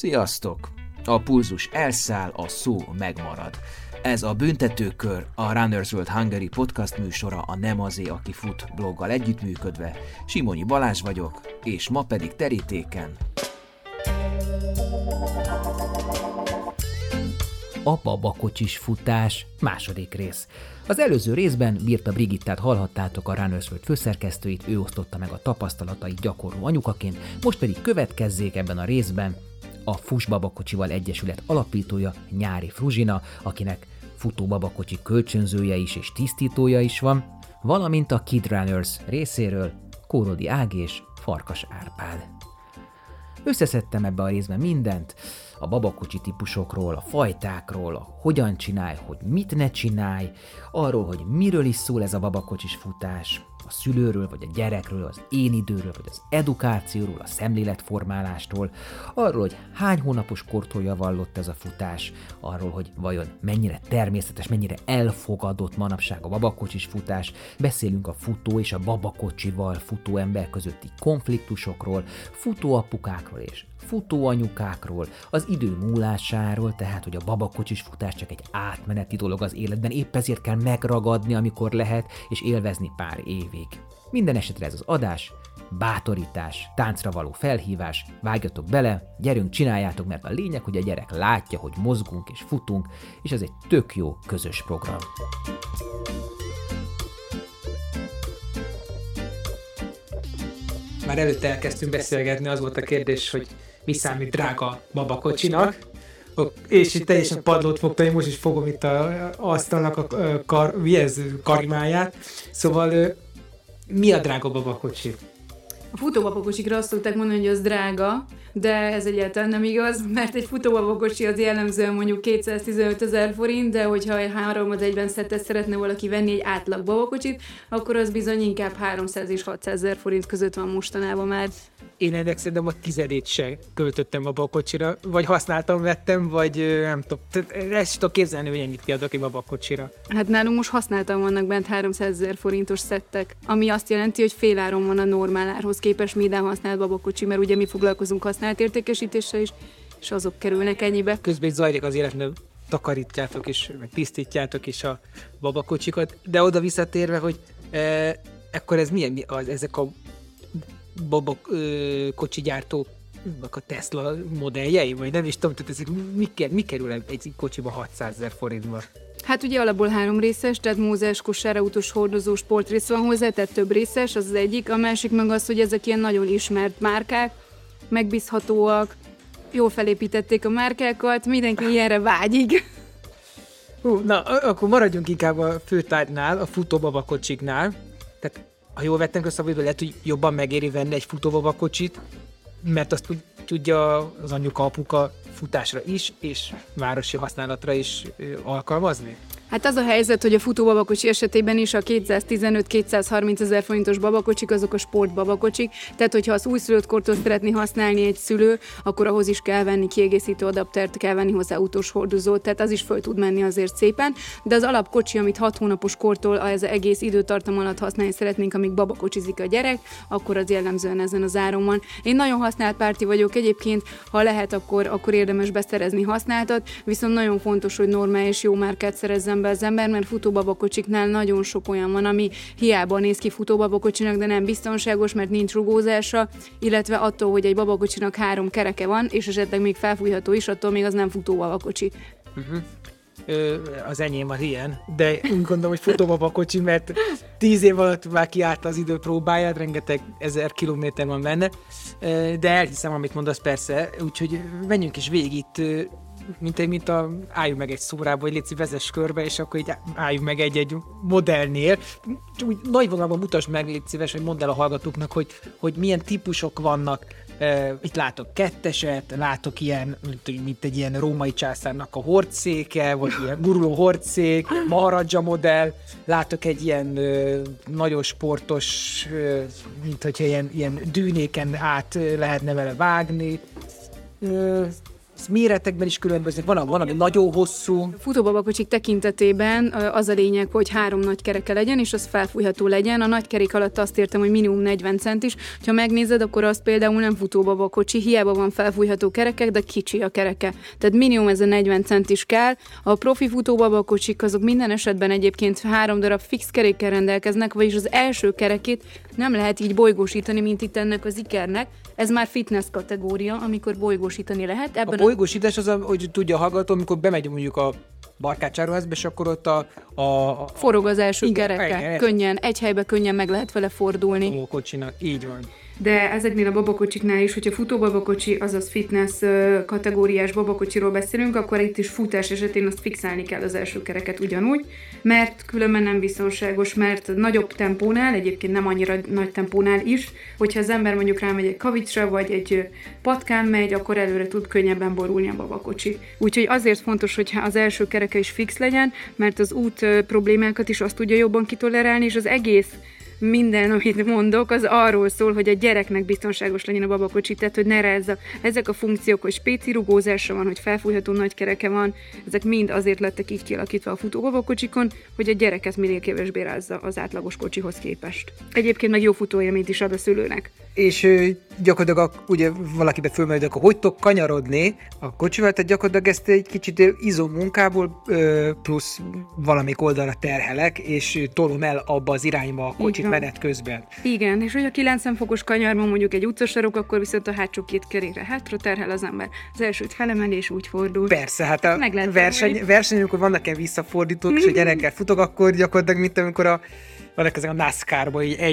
Sziasztok! A pulzus elszáll, a szó megmarad. Ez a Büntetőkör, a Runners World Hungary podcast műsora a Nem azé, aki fut bloggal együttműködve. Simonyi Balázs vagyok, és ma pedig terítéken a babakocsis futás második rész. Az előző részben Birta Brigittát hallhattátok, a Runners World főszerkesztőit, ő osztotta meg a tapasztalatait gyakorló anyukaként, most pedig következzék ebben a részben a Fuss Babakocsival Egyesület alapítója, Nyári Fruzsina, akinek futóbabakocsi kölcsönzője is és tisztítója is van, valamint a Kid Runners részéről Kórodi Ági és Farkas Árpád. Összeszedtem ebbe a részben mindent, a babakocsi típusokról, a fajtákról, a hogyan csinálj, hogy mit ne csinálj, arról, hogy miről is szól ez a babakocsis futás, a szülőről vagy a gyerekről, az én időről vagy az edukációról, a szemléletformálástól, arról, hogy hány hónapos kortól javallott ez a futás, arról, hogy vajon mennyire természetes, mennyire elfogadott manapság a babakocsis futás, beszélünk a futó és a babakocsival futó ember közötti konfliktusokról, futóapukákról és futóanyukákról, az idő múlásáról, tehát, hogy a babakocsis futás csak egy átmeneti dolog az életben, épp ezért kell megragadni, amikor lehet, és élvezni pár évig. Minden esetre ez az adás, bátorítás, táncra való felhívás, vágjatok bele, gyerünk, csináljátok, mert a lényeg, hogy a gyerek látja, hogy mozgunk és futunk, és ez egy tök jó közös program. Már előtte elkezdtünk beszélgetni, az volt a kérdés, hogy mi számít drága babakocsinak, és itt teljesen padlót fogtam, én most is fogom itt az asztalnak a karimáját. Szóval mi a drága babakocsi? A futóbabakocsikra azt szokták mondani, hogy az drága, de ez egyáltalán nem igaz, mert egy futóbabakocsi az jellemzően mondjuk 215 000 forint, de hogyha 3-1-ben szettet szeretne valaki venni egy átlag babakocsit, akkor az bizony inkább 300 és 600 000 forint között van mostanában már. Én ennek szerintem a tizedét se költöttem babakocsira, vagy használtam, vettem, vagy nem tudom. Ezt tudok képzelni, hogy ennyit kiadok egy babakocsira. Hát nálunk most használtam, vannak bent 300 000 forintos szettek, ami azt jelenti, hogy féláron van a normál árhoz képest minden használt babakocsi, mert ugye mi foglalkozunk használt értékesítéssel is, és azok kerülnek ennyibe. Közben is zajlik az életben, takarítjátok is, meg tisztítjátok is a babakocsikat, de oda visszatérve, hogy ekkor ez milyen, ezek a babakocsi gyártók, a Tesla modelljei, vagy nem is tudom, tehát ezek mi kerül egy kocsiba 600 000 forintba? Hát ugye alapból 3 részes, tehát mózes, kosárautos, hordozó, sportrész van hozzá, tehát több részes, az egyik. A másik meg az, hogy ezek ilyen nagyon ismert márkák, megbízhatóak, jól felépítették a márkákat, mindenki ilyenre vágyik. Na, akkor maradjunk inkább a főtárgynál, a futóbabakocsiknál. Tehát ha jól vettem össze, lehet, hogy jobban megéri venni egy futóbabakocsit, mert azt tudja az anyuka, apuka futásra is, és városi használatra is alkalmazni? Hát az a helyzet, hogy a futóbabakocsi esetében is a 215-230 000 forintos babakocsik, azok a sportbabakocsik, tehát hogyha az újszülött kortól szeretné használni egy szülő, akkor ahhoz is kell venni kiegészítő adaptert, kell venni hozzá autós hordozót, tehát az is föl tud menni azért szépen, de az alapkocsi, amit 6 hónapos kortól az egész időtartam alatt használni szeretnénk, amíg babakocsizik a gyerek, akkor az jellemzően ezen az áron van. Én nagyon használt párti vagyok egyébként, ha lehet, akkor érdemes beszerezni használtat, viszont nagyon fontos, hogy normális jó márkát szerezzen be az ember, mert futóbabakocsiknál nagyon sok olyan van, ami hiába néz ki futóbabakocsinak, de nem biztonságos, mert nincs rugózása, illetve attól, hogy egy babakocsinak 3 kereke van, és esetleg még felfújható is, attól még az nem futóbabakocsi. Az enyém az ilyen, de úgy gondolom, hogy futóbabakocsi, mert 10 év alatt már kiállt az idő próbáját, rengeteg 1000 kilométer van benne, de elhiszem, amit mondasz persze, úgyhogy menjünk is végig itt, álljunk meg egy szórába, hogy légy vezess körbe, és akkor így álljunk meg egy modellnél. Úgy nagy vonalban mutasd meg, légy szíves, hogy mondd el a hallgatóknak, hogy milyen típusok vannak. Itt látok ketteset, látok ilyen, mint egy ilyen római császárnak a hordszéke, vagy ilyen guruló hordszék, Maharaja modell, látok egy ilyen nagyon sportos, mint hogyha ilyen dűnéken át lehetne vele vágni. méretekben is különböznek, van ami nagyon hosszú. Futóbabakocsik tekintetében az a lényeg, hogy 3 nagy kereke legyen, és az felfújható legyen. A nagy kerék alatt azt értem, hogy minimum 40 centis. Ha megnézed, akkor az például nem futóbabakocsi, hiába van felfújható kerekek, de kicsi a kereke. Tehát minimum ez a 40 centis kell. A profi futóbabakocsik azok minden esetben egyébként 3 darab fix kerékkel rendelkeznek, vagyis az első kerekét nem lehet így bolygósítani, mint itt ennek az ikernek. Ez már fitness kategória, amikor bolygósítani lehet. Ebben a bolygósítás az, hogy tudja a hallgató, amikor bemegy mondjuk a barkácsáruházba, és akkor ott forog az első kereke. Könnyen, egy helybe könnyen meg lehet vele fordulni. Kocsinak, így van. De ezeknél a babakocsiknál is, hogyha futóbabakocsi, azaz fitness kategóriás babakocsiról beszélünk, akkor itt is futás esetén azt fixálni kell az első kereket ugyanúgy, mert különben nem biztonságos, mert nagyobb tempónál, egyébként nem annyira nagy tempónál is, hogyha az ember mondjuk rámegy egy kavicsra, vagy egy patkán megy, akkor előre tud könnyebben borulni a babakocsi. Úgyhogy azért fontos, hogyha az első kereke is fix legyen, mert az út problémákat is azt tudja jobban kitolerálni, és az egész minden, amit mondok, az arról szól, hogy a gyereknek biztonságos legyen a babakocsi, tehát hogy ne rázza. Ezek a funkciók, hogy spéci rugózása van, hogy felfújható nagy kereke van, ezek mind azért lettek így kialakítva a futóbabakocsikon, hogy a gyereket minél kevésbé rázza az átlagos kocsihoz képest. Egyébként meg jó futóélményt is ad a szülőnek. És gyakorlatilag ugye valakibe fölmerül, akkor hogy tudok kanyarodni a kocsival, tehát gyakorlatilag ezt egy kicsit izommunkából plusz valamelyik oldalra terhelek, és tolom el abba az irányba a kocsit menet közben. Igen, és hogy a 90 fokos kanyarban mondjuk egy utcasarok, akkor viszont a hátsó 2 kerékre hátra terhel az ember. Az elsőt felemeli, és úgy fordul. Persze, hát a verseny, amikor vannak ilyen visszafordítók, és a gyerekkel futok, akkor gyakorlatilag, mint amikor vannak ezek a NASCAR-ban, így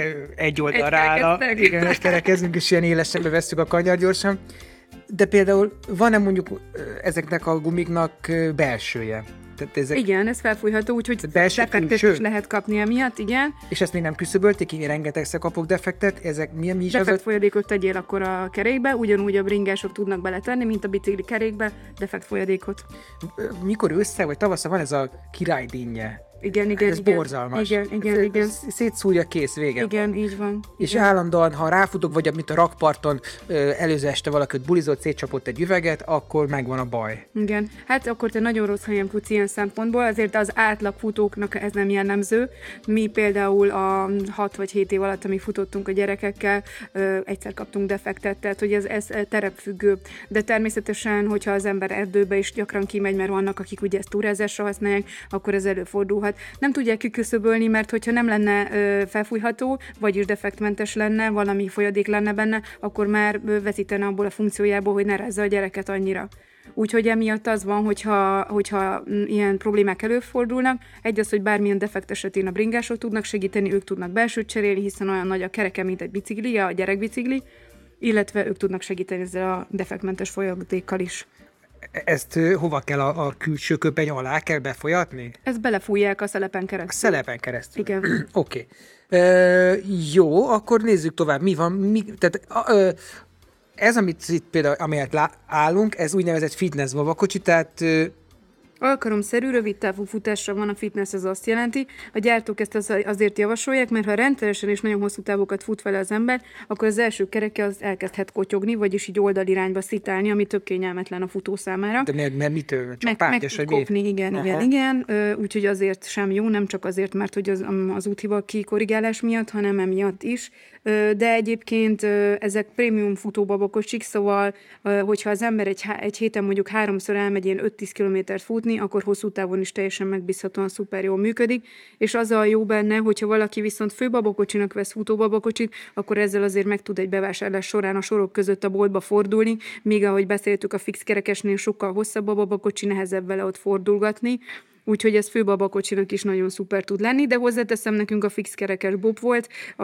egy oldalra áll. Igen, és kerekezünk, és ilyen élesebbre vesszük a kanyar gyorsan. De például van-e mondjuk ezeknek a gumiknak belsője? Igen, ez felfújható, úgyhogy defektet is lehet kapni emiatt, igen. És ezt még nem küszöbölték, én rengetegszer kapok defektet, ezek mi is az? Defekt folyadékot tegyél akkor a kerékbe, ugyanúgy a bringások tudnak beletenni, mint a bicikli kerékbe, defekt folyadékot. Mikor ősszel vagy tavasszal van ez a királydínnye? Igen. Ez borzalmas. Igen. Szétszúrja, kész, vége. Igen, így van. És állandóan, ha ráfutok, vagy mint a rakparton előző este valakit bulizott, szétcsapott egy üveget, akkor megvan a baj. Igen. Hát akkor te nagyon rossz helyen futsz ilyen szempontból, azért az átlag futóknak ez nem jellemző. Mi például a 6 vagy 7 év alatt, amíg futottunk a gyerekekkel, egyszer kaptunk defektet, tehát hogy ez terepfüggő. De természetesen, hogyha az ember erdőbe is gyakran kimegy, mert vannak, akik ugye ezt túrázásra használják, akkor ez előfordulhat. Nem tudják kiküszöbölni, mert hogyha nem lenne felfújható, vagyis defektmentes lenne, valami folyadék lenne benne, akkor már veszítene abból a funkciójából, hogy ne rázza a gyereket annyira. Úgyhogy emiatt az van, hogyha ilyen problémák előfordulnak, egy az, hogy bármilyen defekt esetén a bringások tudnak segíteni, ők tudnak belsőt cserélni, hiszen olyan nagy a kereke, mint egy bicikli, a gyerekbicikli, illetve ők tudnak segíteni ezzel a defektmentes folyadékkal is. Ezt hova kell a külső köpeny alá kell befolyatni? Ezt belefújják a szelepen keresztül. A szelepen keresztül. Igen. Oké. Jó, akkor nézzük tovább. Mi van? Ez, amit itt például, amelyet állunk, ez úgynevezett fitness babakocsi, tehát alkalomszerű, rövid távú futásra van a fitness, ez azt jelenti. A gyártók ezt azért javasolják, mert ha rendszeresen és nagyon hosszú távokat fut vele az ember, akkor az első kereke az elkezdhet kotyogni, vagyis így oldalirányba szitálni, ami tök kényelmetlen a futó számára. De mert mitől? Csak meg tud kopni, igen. Úgyhogy azért sem jó, nem csak azért, mert hogy az úthiba kikorrigálás miatt, hanem emiatt is. De egyébként ezek prémium futóbabakocsik, szóval hogyha az ember egy héten mondjuk 3-szor elmegy ilyen 5-10 kilométert futni, akkor hosszú távon is teljesen megbízhatóan szuper jól működik, és az a jó benne, hogyha valaki viszont főbabakocsinak vesz futóbabakocsit, akkor ezzel azért meg tud egy bevásárlás során a sorok között a boltba fordulni, míg ahogy beszéltük, a fix kerekesnél sokkal hosszabb a babakocsi, nehezebb vele ott fordulgatni. Úgyhogy ez főbabakocsinak is nagyon szuper tud lenni, de hozzáteszem, nekünk a fix kerekes bob volt,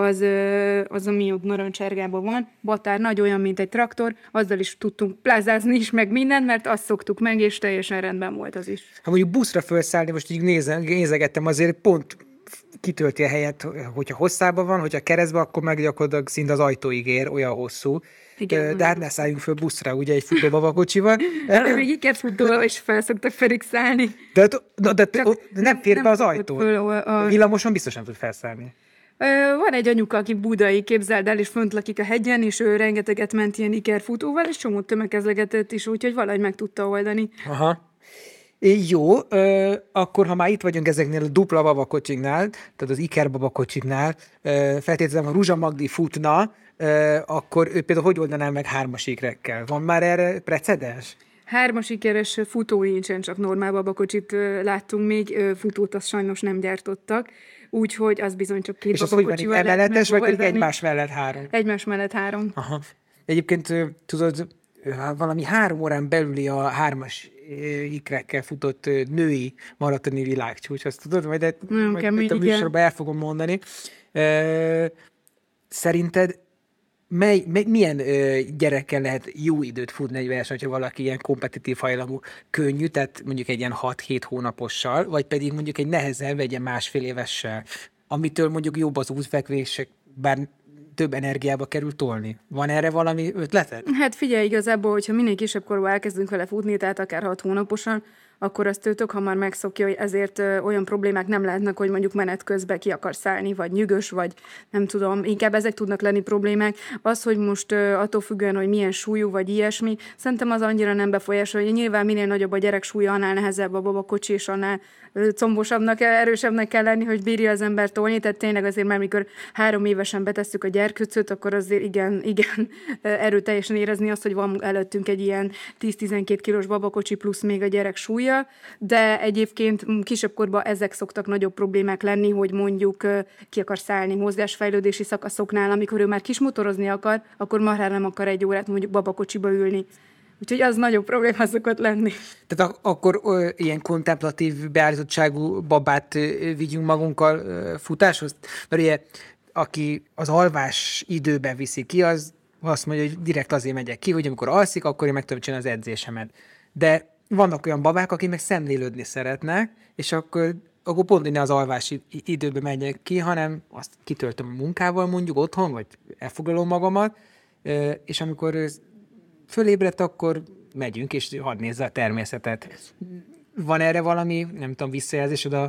az ami ott narancsárgában van, batár nagy, olyan, mint egy traktor, azzal is tudtunk plázázni is, meg mindent, mert azt szoktuk meg, és teljesen rendben volt az is. Ha mondjuk buszra felszállni, most így nézegettem, azért pont kitölti a helyet, hogyha hosszában van, hogyha keresztben, akkor meg gyakorlatilag szinte az ajtóig ér, olyan hosszú. Igen, de hát ne szálljunk föl buszra, ugye egy futóbabakocsival. De még ikerfutóval is fel szoktak felik szállni. De nem fér be az ajtó. Villamoson biztos nem tud felszállni. Van egy anyuka, aki budai, képzeld el, és fönt lakik a hegyen, és ő rengeteget ment ilyen ikerfutóval, és csomót tömegezlegetett is, úgyhogy valahogy meg tudta oldani. Aha. Jó, akkor ha már itt vagyunk ezeknél a dupla babakocsiknál, tehát az Iker babakocsiknál, feltétlenül, ha Ruzsa Magdi futna, akkor ő például hogy oldaná meg 3-as ikrekkel? Van már erre precedens? 3-as ikeres futó nincsen, csak normál babakocsit láttunk még, futót azt sajnos nem gyártottak, úgyhogy az bizony csak 2 És az hogy van, babakocsival lehet emeletes, vagy pedig megoldani. egymás mellett 3? Egymás mellett 3. Aha. Egyébként tudod, valami 3 órán belüli a 3-as ikrekkel futott női maratoni világcsúcs, azt tudod, majd a műsorban el fogom mondani. Szerinted milyen gyerekkel lehet jó időt futni egy verseny, hogyha valaki ilyen kompetitív hajlamú, könnyű, tehát mondjuk egy ilyen 6-7 hónapossal, vagy pedig mondjuk egy nehezebb, egy ilyen 1,5 évessel, amitől mondjuk jobb az útfekvések, bár több energiába kerül tolni. Van erre valami ötleted? Hát figyelj, igazából, hogyha minél kisebb korban elkezdünk vele futni, tehát akár 6 hónaposan, akkor azt ő tök hamar megszokja, hogy ezért olyan problémák nem lehetnek, hogy mondjuk menet közben ki akar szállni, vagy nyűgös, vagy nem tudom, inkább ezek tudnak lenni problémák. Az, hogy most attól függően, hogy milyen súlyú, vagy ilyesmi, szerintem az annyira nem befolyásolja. Nyilván minél nagyobb a gyerek súlya, annál nehezebb a babakocsi, és annál combosabbnak, erősebbnek kell lenni, hogy bírja az ember tolni. Tehát tényleg azért már, mikor 3 évesen betesszük a gyerkőcöt, akkor azért igen erőteljesen érezni azt, hogy van előttünk egy ilyen 10-12 kilós babakocsi plusz még a gyerek súlya, de egyébként kisebb korban ezek szoktak nagyobb problémák lenni, hogy mondjuk ki akar szállni mozgásfejlődési szakaszoknál, amikor ő már kismotorozni akar, akkor marhára nem akar 1 órát mondjuk babakocsiba ülni. Úgyhogy az nagyobb probléma szokott lenni. Tehát akkor ilyen kontemplatív beállítottságú babát vigyünk magunkkal futáshoz? Mert ugye, aki az alvás időben viszi ki, az azt mondja, hogy direkt azért megyek ki, hogy amikor alszik, akkor én meg tudom csinálni az edzésemet. De vannak olyan babák, akik meg szemlélődni szeretnek, és akkor pont ne az alvási időben megyek ki, hanem azt kitöltöm a munkával mondjuk otthon, vagy elfoglalom magamat, és amikor fölébredt, akkor megyünk, és hadd nézze a természetet. Van erre valami, nem tudom, visszajelzésed a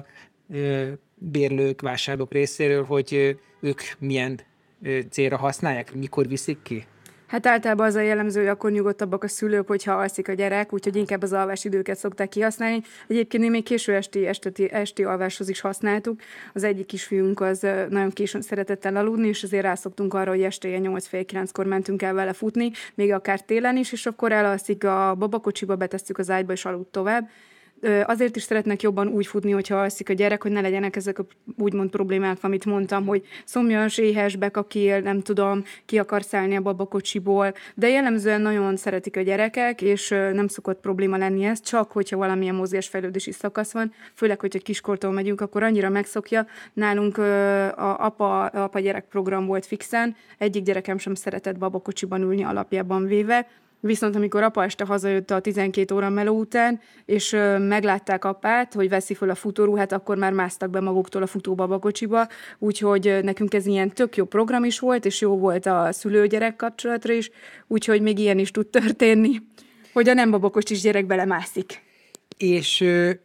bérlők, vásárlók részéről, hogy ők milyen célra használják, mikor viszik ki? Hát általában az a jellemző, hogy akkor nyugodtabbak a szülők, hogyha alszik a gyerek, úgyhogy inkább az alvásidőket szokták kihasználni. Egyébként mi még késő esti alváshoz is használtuk. Az egyik kisfiunk az nagyon későn szeretett el aludni, és azért rászoktunk arra, hogy este 8-9-kor mentünk el vele futni, még akár télen is, és akkor elalszik a babakocsiba, betesszük az ágyba, és alud tovább. Azért is szeretnek jobban úgy futni, hogyha alszik a gyerek, hogy ne legyenek ezek a úgymond problémák, amit mondtam, hogy szomjas, éhes, bekakil, nem tudom, ki akar szállni a babakocsiból, de jellemzően nagyon szeretik a gyerekek, és nem szokott probléma lenni ez, csak hogyha valamilyen mozgásfejlődési szakasz van, főleg, hogyha kiskortól megyünk, akkor annyira megszokja. Nálunk apa-gyerek program volt fixen, egyik gyerekem sem szeretett babakocsiban ülni alapjában véve. Viszont amikor apa este hazajött a 12 óra meló után, és meglátták apát, hogy veszi föl a futóruhát, akkor már másztak be maguktól a futóbabakocsiba, úgyhogy nekünk ez ilyen tök jó program is volt, és jó volt a szülő-gyerek kapcsolatra is, úgyhogy még ilyen is tud történni, hogy a nem babakocsis gyerek belemászik. És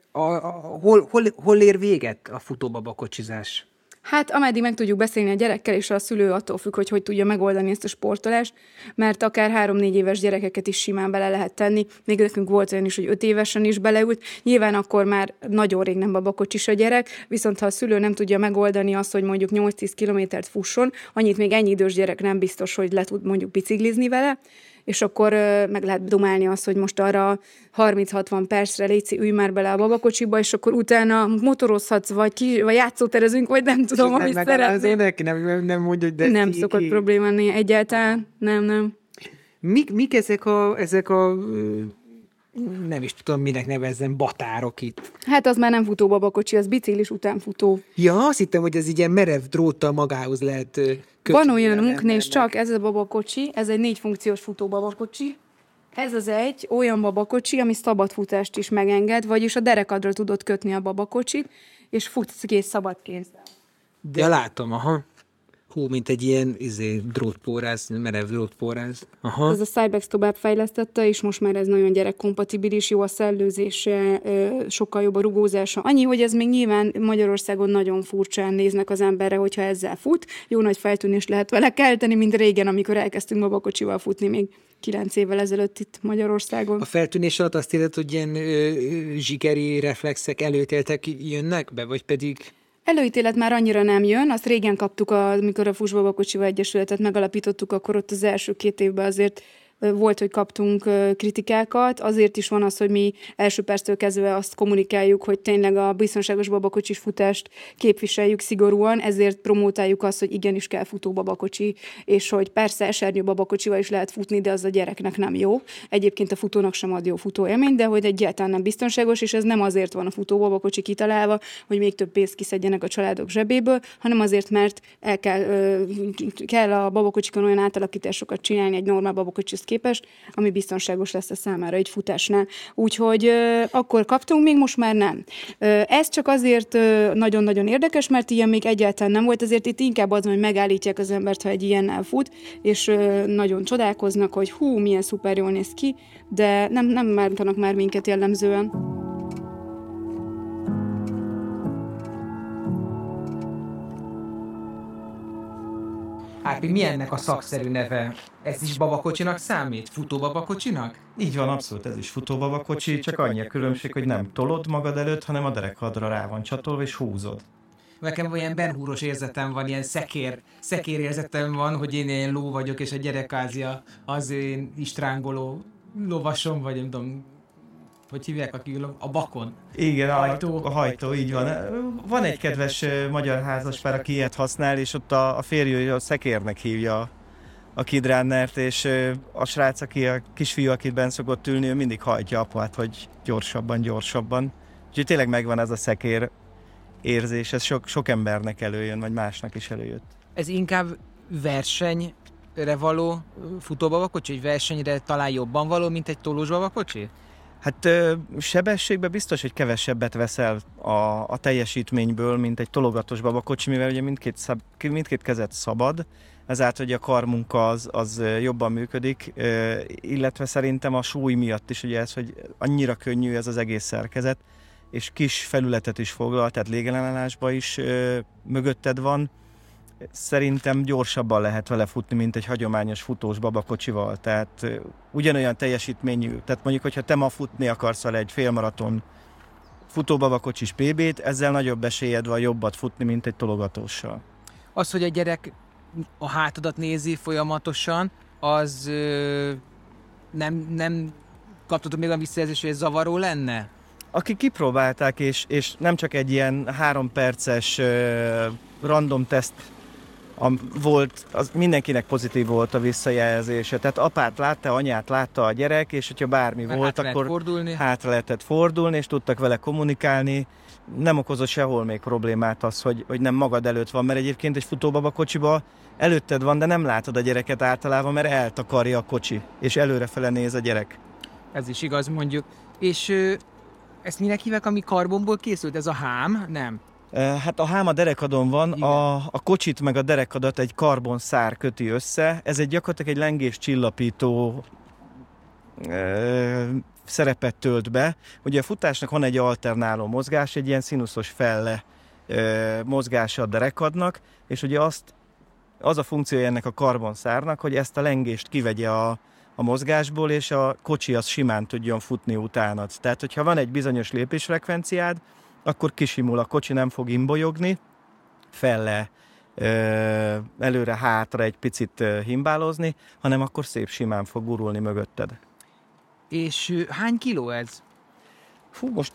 hol ér véget a futóbabakocsizás? Hát ameddig meg tudjuk beszélni a gyerekkel, és a szülő attól függ, hogy tudja megoldani ezt a sportolást, mert akár 3-4 éves gyerekeket is simán bele lehet tenni. Még nekünk volt olyan is, hogy 5 évesen is beleült. Nyilván akkor már nagyon rég nem babakocsis a gyerek, viszont ha a szülő nem tudja megoldani azt, hogy mondjuk 8-10 kilométert fusson, annyit még ennyi idős gyerek nem biztos, hogy le tud mondjuk biciklizni vele, és akkor meg lehet dumálni azt, hogy most arra 30-60 percre léci, ülj már bele a babakocsiba, és akkor utána motorozhatsz, vagy játszóterezünk, vagy nem tudom, amit szeretnél. Azért neki nem mondja, hogy de... Nem szokott probléma lenni egyáltalán, nem. Mik ezek a nem is tudom, minek nevezzem, batárok itt? Hát az már nem futó babakocsi, az biciklis utánfutó. Ja, azt hittem, hogy ez így ilyen merev dróttal magához lehet kötni. Van olyanunk, nézd csak, ez a babakocsi, ez egy 4 funkciós futó babakocsi. Ez az egy olyan babakocsi, ami szabadfutást is megenged, vagyis a derekadra tudod kötni a babakocsit, és futsz kész szabad kézzel. De látom, aha. Hú, mint egy ilyen drótpóráz, merev drótpóráz. Aha. Ez a Cybex tovább fejlesztette, és most már ez nagyon gyerekkompatibilis, jó a szellőzése, sokkal jobb a rugózása. Annyi, hogy ez még nyilván Magyarországon nagyon furcsán néznek az emberre, hogyha ezzel fut. Jó nagy feltűnést lehet vele kelteni, mint régen, amikor elkezdtünk babakocsival futni még 9 évvel ezelőtt itt Magyarországon. A feltűnés alatt azt érted, hogy ilyen zsigeri reflexek, előtéltek jönnek be, vagy pedig... Előítélet már annyira nem jön, azt régen kaptuk, amikor a Fuss Babakocsival Egyesületet megalapítottuk, akkor ott az első 2 évben azért volt, hogy kaptunk kritikákat, azért is van az, hogy mi első perctől kezdve azt kommunikáljuk, hogy tényleg a biztonságos babakocsis futást képviseljük szigorúan, ezért promótáljuk azt, hogy igenis kell futó babakocsi, és hogy persze esernyő babakocsival is lehet futni, de az a gyereknek nem jó. Egyébként a futónak sem ad jó futóélmény, de hogy egyáltalán nem biztonságos, és ez nem azért van a futó babakocsi kitalálva, hogy még több pénzt kiszedjenek a családok zsebéből, hanem azért, mert kell a babakocsikon olyan átalakításokat csinálni egy normál babakocsihoz képest, ami biztonságos lesz a számára egy futásnál. Úgyhogy akkor kaptunk, még most már nem. Ez csak azért nagyon-nagyon érdekes, mert ilyen még egyáltalán nem volt, ezért itt inkább az, hogy megállítják az embert, ha egy ilyennel fut, és nagyon csodálkoznak, hogy hú, milyen szuper jól néz ki, de nem bántanak már minket jellemzően. Árpi, mi ennek a szakszerű neve? Ez is babakocsinak számít? Futóbabakocsinak? Így van, abszolút, ez is futóbabakocsi, csak annyi a különbség, hogy nem tolod magad előtt, hanem a derekadra rá van csatolva és húzod. Nekem olyan Ben Húros érzetem van, ilyen szekér érzetem van, hogy én ilyen ló vagyok, és a gyerekázia az én istrángoló lovasom, vagy nem tudom, hogy hívják a bakon. Igen, a hajtó, így van. Van egy kedves magyar házaspár, aki ilyet használ, és ott a férjő a szekérnek hívja a kidránnert, és a srác, a kisfiú, akit benn szokott ülni, ő mindig hajtja apát, hogy gyorsabban. Úgyhogy tényleg megvan ez a szekér érzés, ez sok embernek előjön, vagy másnak is előjött. Ez inkább versenyre való futóbabakocsi, vagy versenyre talán jobban való, mint egy tolós babakocsi? Hát sebességben biztos, hogy kevesebbet veszel a teljesítményből, mint egy tologatós babakocsi, mivel ugye mindkét kezed szabad, ezáltal, hogy a karmunka az jobban működik, illetve szerintem a súly miatt is ugye ez, hogy annyira könnyű ez az egész szerkezet, és kis felületet is foglal, tehát légellenállásban is mögötted van. Szerintem gyorsabban lehet vele futni, mint egy hagyományos futós babakocsival, tehát ugyanolyan teljesítményű, tehát mondjuk, hogyha te ma futni akarsz vele egy félmaraton futóbabakocsis PB-t, ezzel nagyobb esélyed van jobbat futni, mint egy tologatóssal. Az, hogy a gyerek a hátadat nézi folyamatosan, az nem kaptatok még a visszajelzést, hogy ez zavaró lenne? Akik kipróbálták, és nem csak egy ilyen 3 perces random teszt volt, az mindenkinek pozitív volt a visszajelzése. Tehát apát látta, anyát látta a gyerek, és hogyha bármi mert volt, akkor hátra lehetett fordulni, és tudtak vele kommunikálni. Nem okozott sehol még problémát az, hogy nem magad előtt van, mert egyébként egy futóbabakocsiba előtted van, de nem látod a gyereket általában, mert eltakarja a kocsi, és előrefele néz a gyerek. Ez is igaz, mondjuk. És ezt minek hívják, ami karbonból készült? Ez a hám? Nem. Hát a hám a derekadon van, a kocsit meg a derekadat egy karbonszár köti össze. Ez gyakorlatilag egy lengés csillapító szerepet tölt be. Ugye a futásnak van egy alternáló mozgás, egy ilyen színuszos felle mozgása a derekadnak, és ugye az a funkciója ennek a karbonszárnak, hogy ezt a lengést kivegye a mozgásból, és a kocsi az simán tudjon futni utánad. Tehát, hogyha van egy bizonyos lépésfrekvenciád, akkor kisimul a kocsi, nem fog imbolyogni, felle, előre-hátra egy picit himbálozni, hanem akkor szép simán fog gurulni mögötted. És hány kiló ez? Fú, most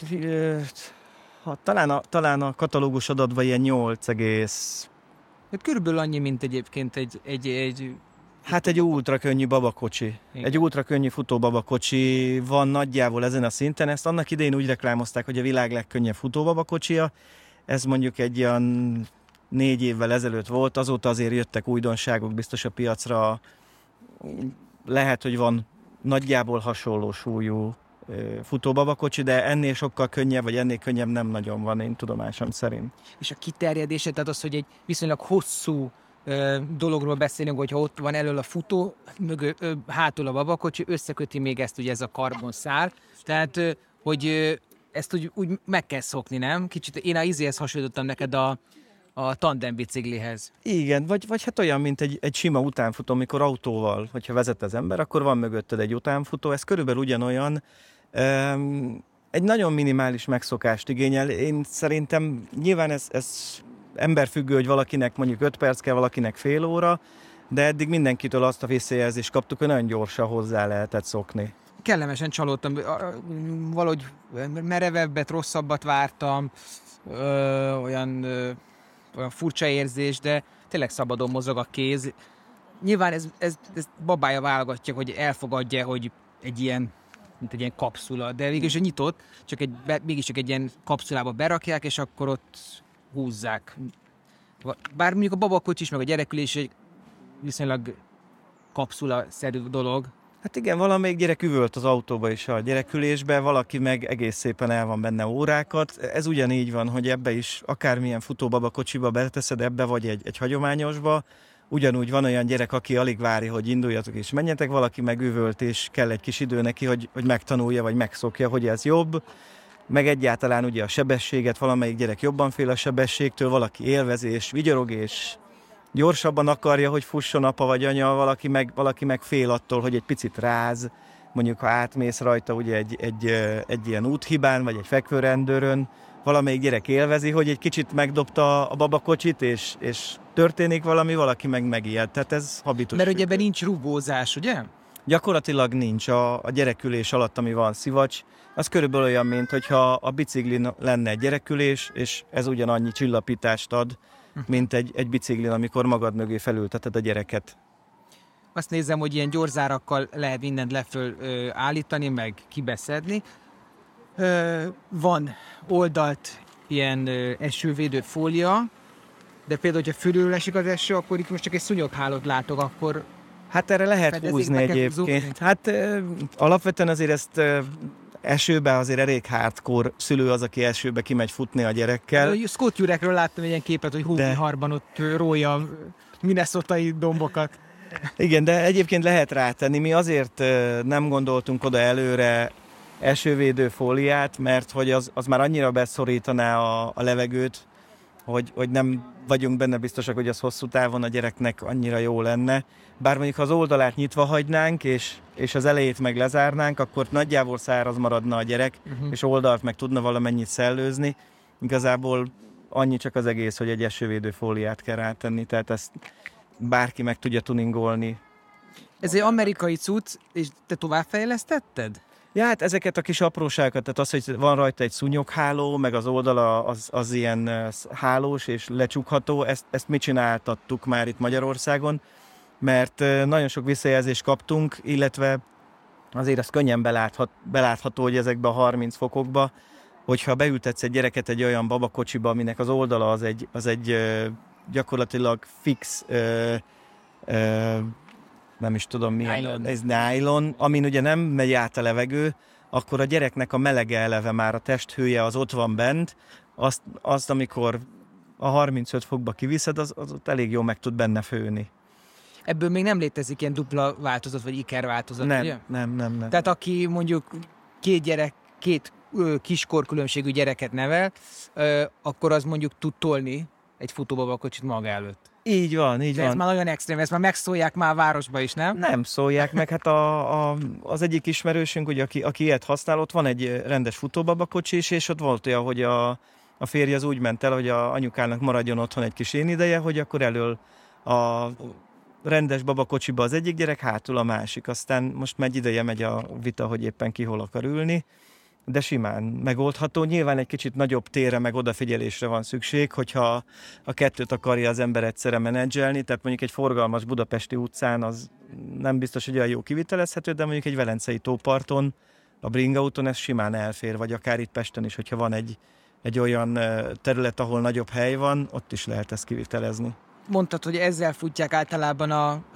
talán a katalógus adatban ilyen 8, hát körülbelül annyi, mint egyébként egy hát egy ultra könnyű babakocsi. Igen. Egy ultra könnyű futóbabakocsi van nagyjából ezen a szinten. Ezt annak idején úgy reklámozták, hogy a világ legkönnyebb futóbabakocsia. Ez mondjuk egy olyan 4 évvel ezelőtt volt, azóta azért jöttek újdonságok biztos a piacra. Lehet, hogy van nagyjából hasonló súlyú futóbabakocsi, de ennél sokkal könnyebb, vagy ennél könnyebb nem nagyon van, én tudomásom szerint. És a kiterjedése, tehát az, hogy egy viszonylag hosszú dologról beszélünk, hogyha ott van elől a futó, hátul a babakocsi, összeköti még ezt ugye ez a karbonszál. Tehát, hogy ezt úgy meg kell szokni, nem? Kicsit én a izéhez hasonlítottam neked a tandem biciklihez. Igen, vagy hát olyan, mint egy sima utánfutó, amikor autóval, hogyha vezet az ember, akkor van mögötted egy utánfutó, ez körülbelül ugyanolyan, egy nagyon minimális megszokást igényel. Én szerintem nyilván ez emberfüggő, hogy valakinek mondjuk 5 perc kell, valakinek fél óra, de eddig mindenkitől azt a visszajelzést kaptuk, hogy nagyon gyorsan hozzá lehetett szokni. Kellemesen csalódtam, valahogy merevebbet, rosszabbat vártam, olyan furcsa érzés, de tényleg szabadon mozog a kéz. Nyilván ez babája válogatja, hogy elfogadja, hogy egy ilyen, mint egy ilyen kapszula, de mégis nyitott, mégis csak egy ilyen kapszulába berakják, és akkor ott húzzák. Bár mondjuk a babakocsis, meg a gyerekülés egy viszonylag kapszula-szerű dolog. Hát igen, valamelyik gyerek üvölt az autóba is a gyerekülésbe, valaki meg egész szépen el van benne órákat. Ez ugyanígy van, hogy ebbe is akármilyen futóbabakocsiba beteszed ebbe, vagy egy hagyományosba. Ugyanúgy van olyan gyerek, aki alig várja, hogy induljatok és menjetek, valaki meg üvölt, és kell egy kis idő neki, hogy megtanulja, vagy megszokja, hogy ez jobb. Meg egyáltalán ugye a sebességet, valamelyik gyerek jobban fél a sebességtől, valaki élvezi és vigyorog, és gyorsabban akarja, hogy fusson apa vagy anya, valaki meg fél attól, hogy egy picit ráz, mondjuk ha átmész rajta ugye egy ilyen úthibán, vagy egy fekvőrendőrön, valamelyik gyerek élvezi, hogy egy kicsit megdobta a babakocsit, és történik valaki meg megijed. Tehát ez habitus. Mert ugye ebben nincs rugózás, ugye? Gyakorlatilag nincs. A gyerekülés alatt, ami van szivacs, az körülbelül olyan, mint hogyha a biciklin lenne egy gyerekülés, és ez ugyanannyi csillapítást ad, mint egy biciklin, amikor magad mögé felülteted a gyereket. Azt nézem, hogy ilyen gyorzárakkal lehet mindent leföl állítani, meg kibeszedni. Van oldalt ilyen esővédő fólia, de például, hogyha fölül esik az eső, akkor itt most csak egy szúnyoghálót látok, akkor... Hát erre lehet húzni egyébként. Hát alapvetően azért ezt esőbe azért elég hardcore szülő az, aki esőbe kimegy futni a gyerekkel. Scott Jurekről láttam egy ilyen képet, hogy hóviharban ott rója minnesotai dombokat. Igen, de egyébként lehet rátenni. Mi azért nem gondoltunk oda előre esővédő fóliát, mert hogy az már annyira beszorítaná a levegőt, hogy nem vagyunk benne biztosak, hogy az hosszú távon a gyereknek annyira jó lenne. Bár mondjuk, ha az oldalát nyitva hagynánk, és az elejét meg lezárnánk, akkor nagyjából száraz maradna a gyerek, és oldalt meg tudna valamennyit szellőzni. Igazából annyi csak az egész, hogy egy esővédő fóliát kell rátenni, tehát ezt bárki meg tudja tuningolni. Ez egy amerikai cucc, és te továbbfejlesztetted? Ja, hát ezeket a kis apróságokat, tehát az, hogy van rajta egy szúnyogháló, meg az oldala az ilyen hálós és lecsukható, ezt mi csináltattuk már itt Magyarországon, mert nagyon sok visszajelzést kaptunk, illetve azért az könnyen belátható, hogy ezekbe a 30 fokokba, hogyha beültetsz egy gyereket egy olyan babakocsiba, aminek az oldala az egy gyakorlatilag fix, nem is tudom milyen, ez nylon, amin ugye nem megy át a levegő, akkor a gyereknek a melege eleve már, a testhője az ott van bent, azt amikor a 35 fokba kiviszed, az ott elég jól meg tud benne főni. Ebből még nem létezik ilyen dupla változat, vagy iker változat, ugye? Nem. Tehát aki mondjuk két kiskorkülönbségű gyereket nevel, akkor az mondjuk tud tolni egy futóbabakocsit maga előtt. Így van. Ez már nagyon extrém, ezt már megszólják már a városba is, nem? Nem szólják meg, hát az egyik ismerősünk, ugye, aki ilyet használ, ott van egy rendes futóbabakocsi is, és ott volt olyan, hogy a férje az úgy ment el, hogy a anyukának maradjon otthon egy kis én ideje, hogy akkor elől a rendes babakocsiba az egyik gyerek, hátul a másik. Aztán most megy a vita, hogy éppen ki hol akar ülni, de simán megoldható. Nyilván egy kicsit nagyobb térre meg odafigyelésre van szükség, hogyha a kettőt akarja az ember egyszerre menedzselni, tehát mondjuk egy forgalmas budapesti utcán az nem biztos, hogy olyan jó kivitelezhető, de mondjuk egy velencei tóparton, a bringaúton ez simán elfér, vagy akár itt Pesten is, hogyha van egy olyan terület, ahol nagyobb hely van, ott is lehet ezt kivitelezni. mondtad, hogy ezzel futják általában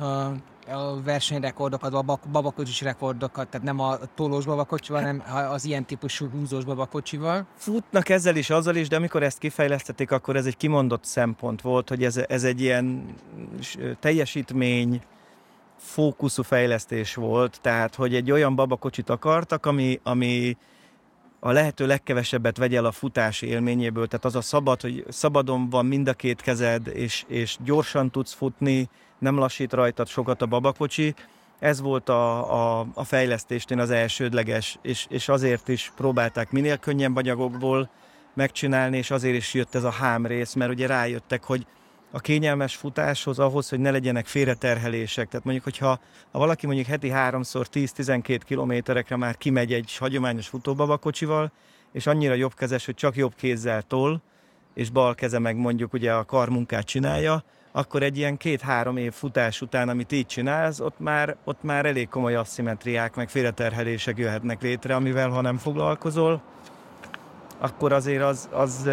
a versenyrekordokat, a babakocsis rekordokat, tehát nem a tolós babakocsival, hanem az ilyen típusú húzós babakocsival. Futnak ezzel is, azzal is, de amikor ezt kifejlesztették, akkor ez egy kimondott szempont volt, hogy ez egy ilyen teljesítmény fókuszú fejlesztés volt, tehát hogy egy olyan babakocsit akartak, ami a lehető legkevesebbet vegye el a futás élményéből, tehát az a szabad, hogy szabadon van mind a két kezed, és gyorsan tudsz futni, nem lassít rajtad sokat a babakocsi. Ez volt a fejlesztésnél az elsődleges, és azért is próbálták minél könnyebb anyagokból megcsinálni, és azért is jött ez a hámrész, mert ugye rájöttek, hogy a kényelmes futáshoz, ahhoz, hogy ne legyenek félreterhelések. Tehát mondjuk, hogyha valaki mondjuk heti 3-szor 10-12 kilométerekre már kimegy egy hagyományos futóbabakocsival, és annyira jobbkezes, hogy csak jobb kézzel tol, és bal keze meg mondjuk ugye a karmunkát csinálja, akkor egy ilyen 2-3 év futás után, amit így csinálsz, ott már elég komoly aszimmetriák, meg félreterhelések jöhetnek létre, amivel ha nem foglalkozol, akkor azért az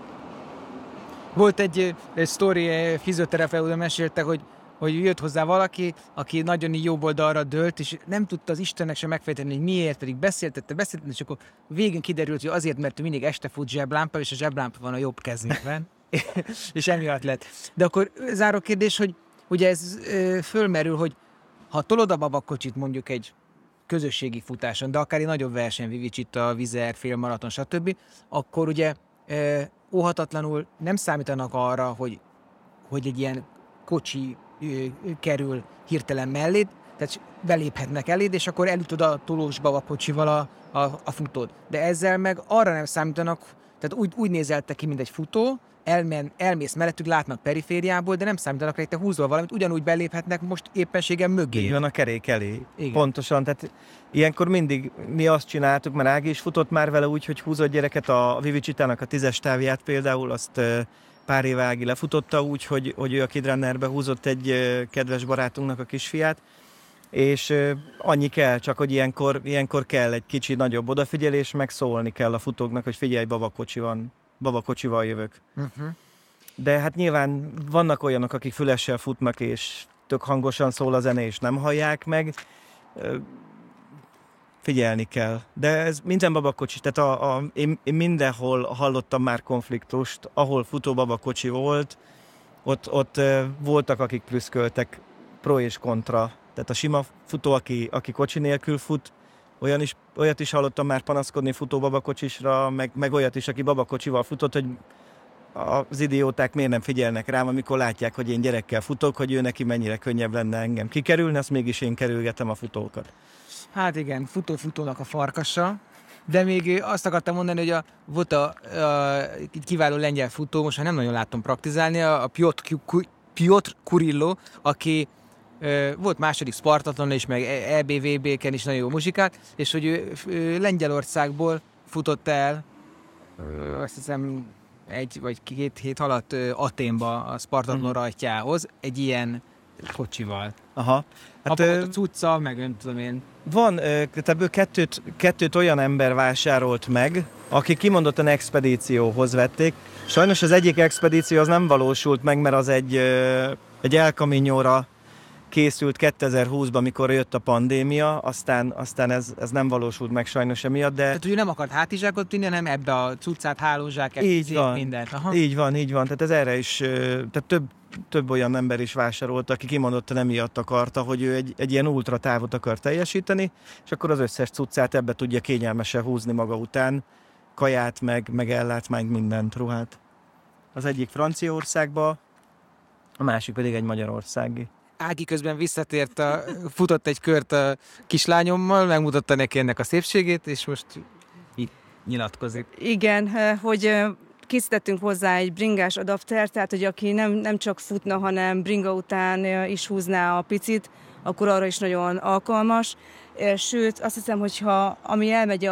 Volt egy sztori, fizioterapeuta mesélte, hogy jött hozzá valaki, aki nagyon jobb oldalra dőlt, és nem tudta az Istennek sem megfejteni, hogy miért, pedig beszéltette, és akkor végén kiderült, hogy azért, mert ő mindig este fut zseblámpa, és a zseblámpa van a jobb kezében, és emiatt lett. De akkor záró kérdés, hogy ugye ez fölmerül, hogy ha tolod a babakocsit mondjuk egy közösségi futáson, de akár egy nagyobb verseny, Vivicsitta, Vizer, félmaraton, stb., akkor ugye óhatatlanul nem számítanak arra, hogy egy ilyen kocsi kerül hirtelen melléd, tehát beléphetnek eléd, és akkor elütöd a tolós babakocsival a futód. De ezzel meg arra nem számítanak, tehát úgy nézeltek ki, mint egy futó, elmész mellettük, látnak perifériából, de nem számítanak rá, te húzol valamit, ugyanúgy beléphetnek most éppenséggel mögé. Így van, a kerék elé. Igen. Pontosan, tehát ilyenkor mindig mi azt csináltuk, mert Ági is futott már vele úgy, hogy húzott gyereket, a Vivicsitának a 10-es távját például, azt pár éve Ági lefutotta úgy, hogy ő a Kidrunnerbe húzott egy kedves barátunknak a kisfiát, és annyi kell, csak hogy ilyenkor kell egy kicsi nagyobb odafigyelés, meg szólni kell a futóknak, hogy figyelj, babakocsival jövök. Uh-huh. De hát nyilván vannak olyanok, akik fülessel futnak, és tök hangosan szól a zene, és nem hallják meg. Figyelni kell. De ez minden babakocsi, tehát én mindenhol hallottam már konfliktust, ahol futó babakocsi volt, ott voltak, akik prüszköltek pro és kontra. Tehát a sima futó, aki kocsi nélkül fut, olyat is hallottam már panaszkodni futó babakocsisra, meg olyat is, aki babakocsival futott, hogy az idióták miért nem figyelnek rám, amikor látják, hogy én gyerekkel futok, hogy ő neki mennyire könnyebb lenne engem kikerülni, azt mégis én kerülgetem a futókat. Hát igen, futónak a farkasa, de még azt akartam mondani, hogy volt a kiváló lengyel futó, most már nem nagyon látom praktizálni, a Piotr Kurillo, aki volt második Spartatlon és meg EBVB-ken is nagyon jó muzsikát, és hogy ő Lengyelországból futott el, azt hiszem 1 vagy 2 hét alatt Athénba a Spartatlon rajtjához, egy ilyen kocsival. Aha. Hát a cucca, meg nem tudom én. Van, ebből kettőt olyan ember vásárolt meg, akik kimondottan expedícióhoz vették. Sajnos az egyik expedíció az nem valósult meg, mert az egy El Camino-ra készült 2020-ban, mikor jött a pandémia, aztán ez nem valósult meg sajnos emiatt, de... Tehát, hogy nem akart hátizsákot vinni, hanem ebbe a cuccát, hálózsákot, mindent. Aha. Így van. Tehát ez erre is, tehát több olyan ember is vásárolta, aki kimondottan emiatt akarta, hogy ő egy ilyen ultra távot akar teljesíteni, és akkor az összes cuccát ebbe tudja kényelmesen húzni maga után, kaját, meg ellátmányt, mindent, ruhát. Az egyik Franciaországba, a másik pedig egy magyarországi. Ági közben visszatért, futott egy kört a kislányommal, megmutatta neki ennek a szépségét, és most itt nyilatkozik. Igen, hogy készítettünk hozzá egy bringás adaptert, tehát hogy aki nem csak futna, hanem bringa után is húzná a picit, akkor arra is nagyon alkalmas. Sőt, azt hiszem, hogyha ami elmegy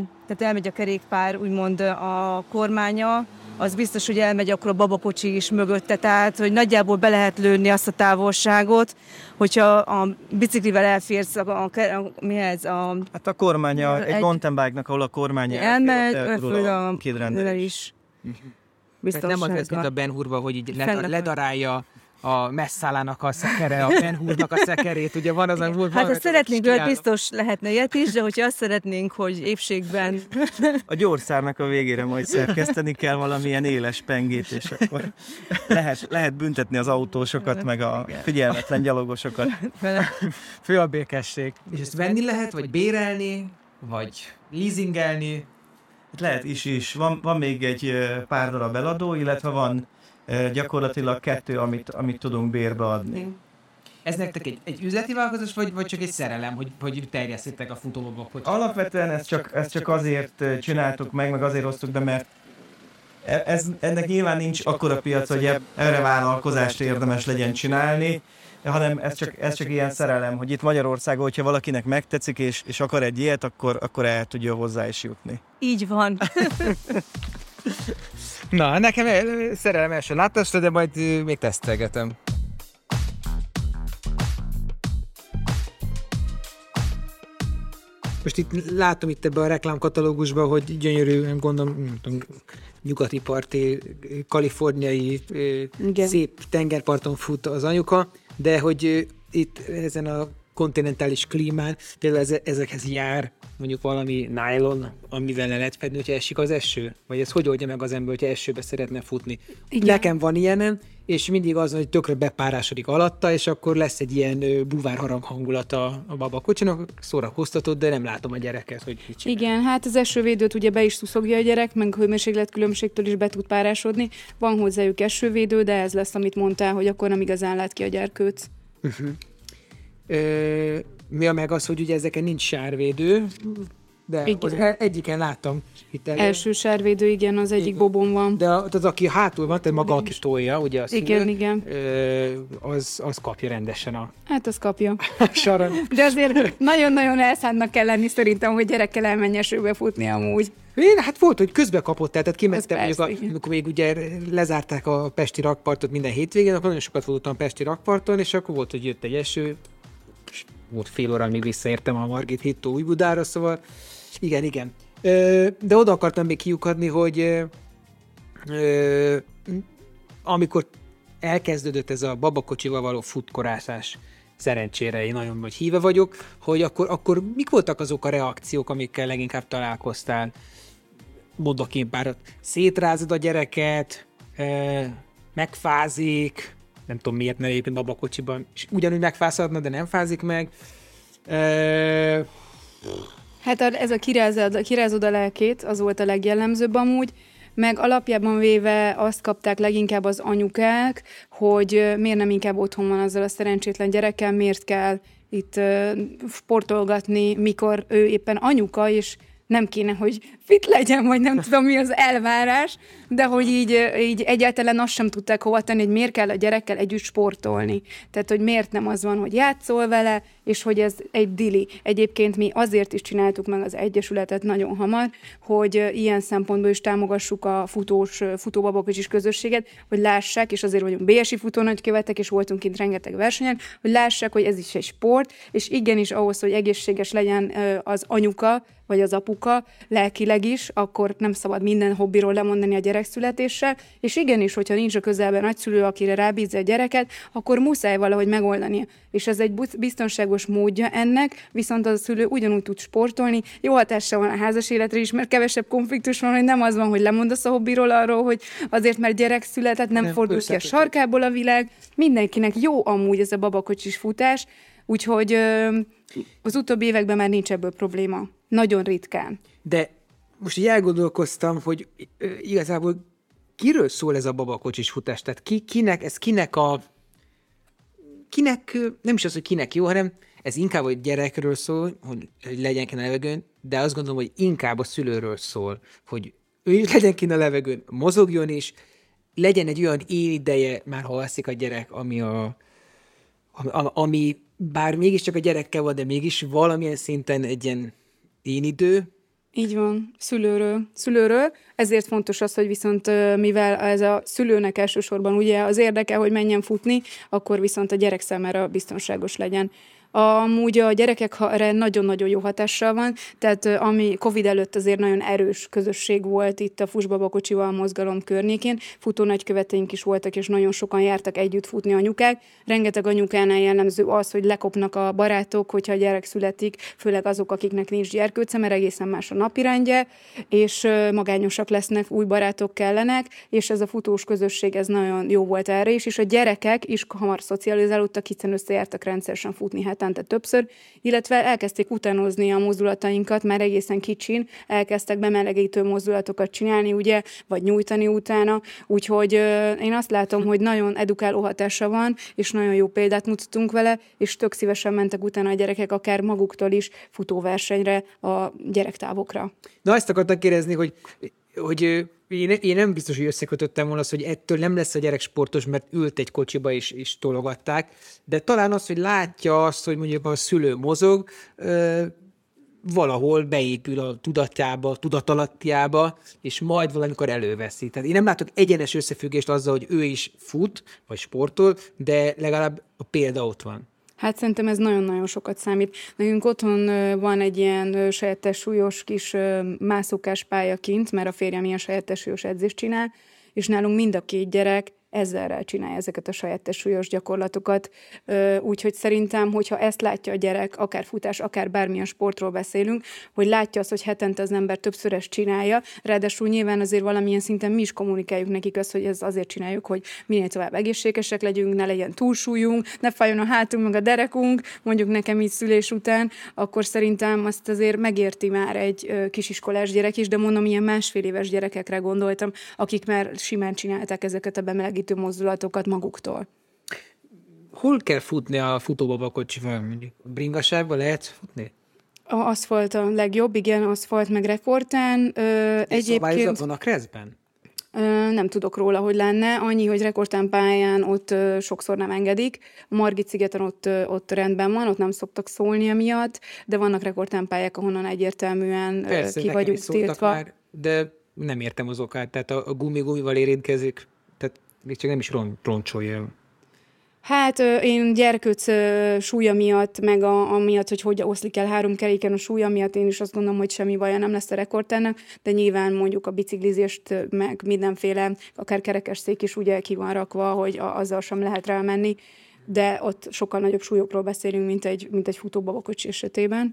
a kerékpár, úgymond a kormánya, az biztos, hogy elmegy akkor a babakocsi is mögötte, tehát hogy nagyjából be lehet lőni azt a távolságot, hogyha a biciklivel elférsz mihez a... Hát a kormánya, egy mountain bike-nak, ahol a kormánya elmegy, föl a is. Nem az, mint a Ben Hurba, hogy így ledarálja a Messzálának a szekere, a Ben Hurnak a szekerét, ugye van az a volt. Hát ha szeretnénk, biztos lehetne ilyet is, de hogyha azt szeretnénk, hogy épségben... A gyorszárnak a végére majd szerkeszteni kell valamilyen éles pengét, és akkor lehet büntetni az autósokat, meg a figyelmetlen gyalogosokat. Fő a békesség. És ezt venni lehet, vagy bérelni, vagy leasingelni? Lehet is. Van még egy pár darab eladó, illetve van gyakorlatilag 2, amit tudunk bérbe adni. Ez nektek egy üzleti vállalkozás, vagy csak egy szerelem, hogy terjesztitek a futóbabakocsot? Alapvetően ezt csak azért csináltuk meg azért hoztuk be, mert ennek nyilván nincs akkora piac, hogy erre vállalkozást érdemes legyen csinálni, hanem ez csak ilyen szerelem, hogy itt Magyarországon, hogyha valakinek megtetszik és akar egy ilyet, akkor el tudja hozzá is jutni. Így van. Na, nekem szerelem első látásra, de majd még tesztelgetem. Most itt látom itt ebben a reklámkatalógusban, hogy gyönyörű, nem gondolom, nyugati parti, kaliforniai, szép tengerparton fut az anyuka, de hogy itt ezen a kontinentális klímán például ezekhez jár mondjuk valami nylon, amivel le lehet fedni, hogyha esik az eső? Vagy ez hogy oldja meg az ember, hogyha esőbe szeretne futni? Igen. Nekem van ilyenem, és mindig az, hogy tökre bepárásodik alatta, és akkor lesz egy ilyen buvárharang hangulata a babakocsinak, szórakoztatod, de nem látom a gyereket, hogy mit csinál. Igen, hát az esővédőt ugye be is szuszogja a gyerek, meg hőmérséklet különbségtől is be tud párásodni. Van hozzájuk esővédő, de ez lesz, amit mondtál, hogy akkor nem igazán lát ki a gyerkőc. Mi a meg az, hogy ugye ezeken nincs sárvédő, de az egyiken láttam. Első sárvédő, igen, az egyik bobon van. De az, aki hátul van, tehát maga, aki tolja, ugye a szülő, igen. Az kapja rendesen a Hát az kapja. saron. De azért nagyon-nagyon elszánnak kell lenni szerintem, hogy gyerekkel elmenj esőbe futni amúgy. Hát volt, hogy közbe kapott, tehát kimentem, amikor még ugye lezárták a pesti rakpartot minden hétvégén, akkor nagyon sokat futottam a pesti rakparton, és akkor volt, hogy jött egy eső, volt fél óra, amíg visszaértem a Margit hittó Újbudára, szóval igen. De oda akartam még kiukadni, hogy amikor elkezdődött ez a babakocsival való futkorászás, szerencsére én nagyon nagy híve vagyok, hogy akkor mik voltak azok a reakciók, amikkel leginkább találkoztál? Mondok én párat. Szétrázod a gyereket, megfázik, nem tudom miért, mert egyébként babakocsiban és ugyanúgy megfázhatna, de nem fázik meg. Hát ez a kirázod a lelkét, az volt a legjellemzőbb amúgy, meg alapjában véve azt kapták leginkább az anyukák, hogy miért nem inkább otthon van azzal a szerencsétlen gyerekkel, miért kell itt sportolgatni, mikor ő éppen anyuka, és nem kéne, hogy fit legyen, vagy nem tudom mi az elvárás, de hogy így egyáltalán azt sem tudták hova tenni, hogy miért kell a gyerekkel együtt sportolni. Tehát, hogy miért nem az van, hogy játszol vele, és hogy ez egy dili. Egyébként mi azért is csináltuk meg az Egyesületet nagyon hamar, hogy ilyen szempontból is támogassuk a futóbabakocsis közösséget, hogy lássák, és azért vagyunk BSI futónagykövetek, és voltunk kint rengeteg versenyen, hogy lássák, hogy ez is egy sport, és igenis ahhoz, hogy egészséges legyen az anyuka, vagy az apuka lelkileg is, akkor nem szabad minden hobbiról lemondani a gyerekszületéssel, és igenis, hogyha nincs a közelben nagyszülő, akire rábízza a gyereket, akkor muszáj valahogy megoldani. És ez egy biztonságos módja ennek, viszont a szülő ugyanúgy tud sportolni, jó hatással van a házas életre is, mert kevesebb konfliktus van, hogy nem az van, hogy lemondasz a hobbiról arról, hogy azért, mert gyerek született, nem fordul ki a sarkából a világ. Mindenkinek jó amúgy ez a babakocsis futás, úgyhogy az utóbbi években már nincs ebből probléma. Nagyon ritkán. De most így elgondolkoztam, hogy igazából kiről szól ez a babakocsis futás? Tehát kinek, nem is az, hogy kinek jó, hanem ez inkább a gyerekről szól, hogy legyen kint a levegőn, de azt gondolom, hogy inkább a szülőről szól, hogy ő is legyen kint a levegőn, mozogjon is, legyen egy olyan énideje, már ha alszik a gyerek, ami bár mégiscsak a gyerekkel van, de mégis valamilyen szinten egy ilyen énidő. Így van, szülőről. Ezért fontos az, hogy viszont mivel ez a szülőnek elsősorban ugye az érdeke, hogy menjen futni, akkor viszont a gyerek számára biztonságos legyen. Amúgy a gyerekekre nagyon-nagyon jó hatással van, tehát ami Covid előtt azért nagyon erős közösség volt itt a Fuss-babakocsival mozgalom környékén, futónagyköveteink is voltak, és nagyon sokan jártak együtt futni anyukák. Rengeteg anyukánál jellemző az, hogy lekopnak a barátok, hogyha a gyerek születik, főleg azok, akiknek nincs gyerkőce, mert egészen más a napirendje, és magányosak lesznek, új barátok kellenek, és ez a futós közösség, ez nagyon jó volt erre is, és a gyerekek is hamar szocializálódtak, hiszen összejártak rendszeresen futni hetente többször, illetve elkezdték utánozni a mozdulatainkat, már egészen kicsin, elkezdtek bemelegítő mozdulatokat csinálni, ugye, vagy nyújtani utána, úgyhogy én azt látom, hogy nagyon edukáló hatása van, és nagyon jó példát mutattunk vele, és tök szívesen mentek utána a gyerekek akár maguktól is futóversenyre, a gyerektávokra. Na, azt akartam kérdezni, hogy én nem biztos, hogy összekötöttem volna azt, hogy ettől nem lesz a gyerek sportos, mert ült egy kocsiba és tologatták, de talán az, hogy látja azt, hogy mondjuk a szülő mozog, valahol beépül a tudatába, tudatalattiába, és majd valamikor előveszi. Tehát én nem látok egyenes összefüggést azzal, hogy ő is fut, vagy sportol, de legalább a példa ott van. Hát szerintem ez nagyon-nagyon sokat számít. Nekünk otthon van egy ilyen saját testsúlyos kis mászókás pálya kint, mert a férjem ilyen saját testsúlyos edzést csinál, és nálunk mind a két gyerek ezerrel csinálja ezeket a saját testsúlyos gyakorlatokat. Úgyhogy szerintem, hogyha ezt látja a gyerek, akár futás, akár bármilyen sportról beszélünk, hogy látja azt, hogy hetente az ember többször ezt csinálja, ráadásul nyilván azért valamilyen szinten mi is kommunikáljuk nekik azt, hogy ez azért csináljuk, hogy minél tovább egészségesek legyünk, ne legyen túlsúlyunk, ne fájjon a hátunk, meg a derekunk, mondjuk nekem így szülés után, akkor szerintem azt azért megérti már egy kisiskolás gyerek is, de mondom, ilyen 1,5 éves gyerekekre gondoltam, akik már simán csinálták ezeket a bemelegítő mozdulatokat maguktól. Hol kell futni a futóbabakocsival? Mondjuk bringaságban lehet futni? A aszfalt a legjobb, igen, aszfalt meg rekordtán. Egyébként van a Kreszben? Nem tudok róla, hogy lenne. Annyi, hogy rekordtán pályán ott sokszor nem engedik. A Margit-szigeten ott rendben van, ott nem szoktak szólni emiatt, de vannak rekordtán pályák, ahonnan egyértelműen persze, ki vagyunk tiltva. Már, de nem értem az okát, tehát a gumival érintkezik, tehát még csak nem is roncsolja. Hát én gyerkőc súlya miatt, meg amiatt, hogy oszlik el 3 keréken a súlya miatt, én is azt gondolom, hogy semmi baja nem lesz a rekordtának, de nyilván mondjuk a biciklizést, meg mindenféle, akár kerekesszék is ugye ki van rakva, hogy azzal sem lehet rámenni, de ott sokkal nagyobb súlyokról beszélünk, mint egy futóbabakocsi esetében.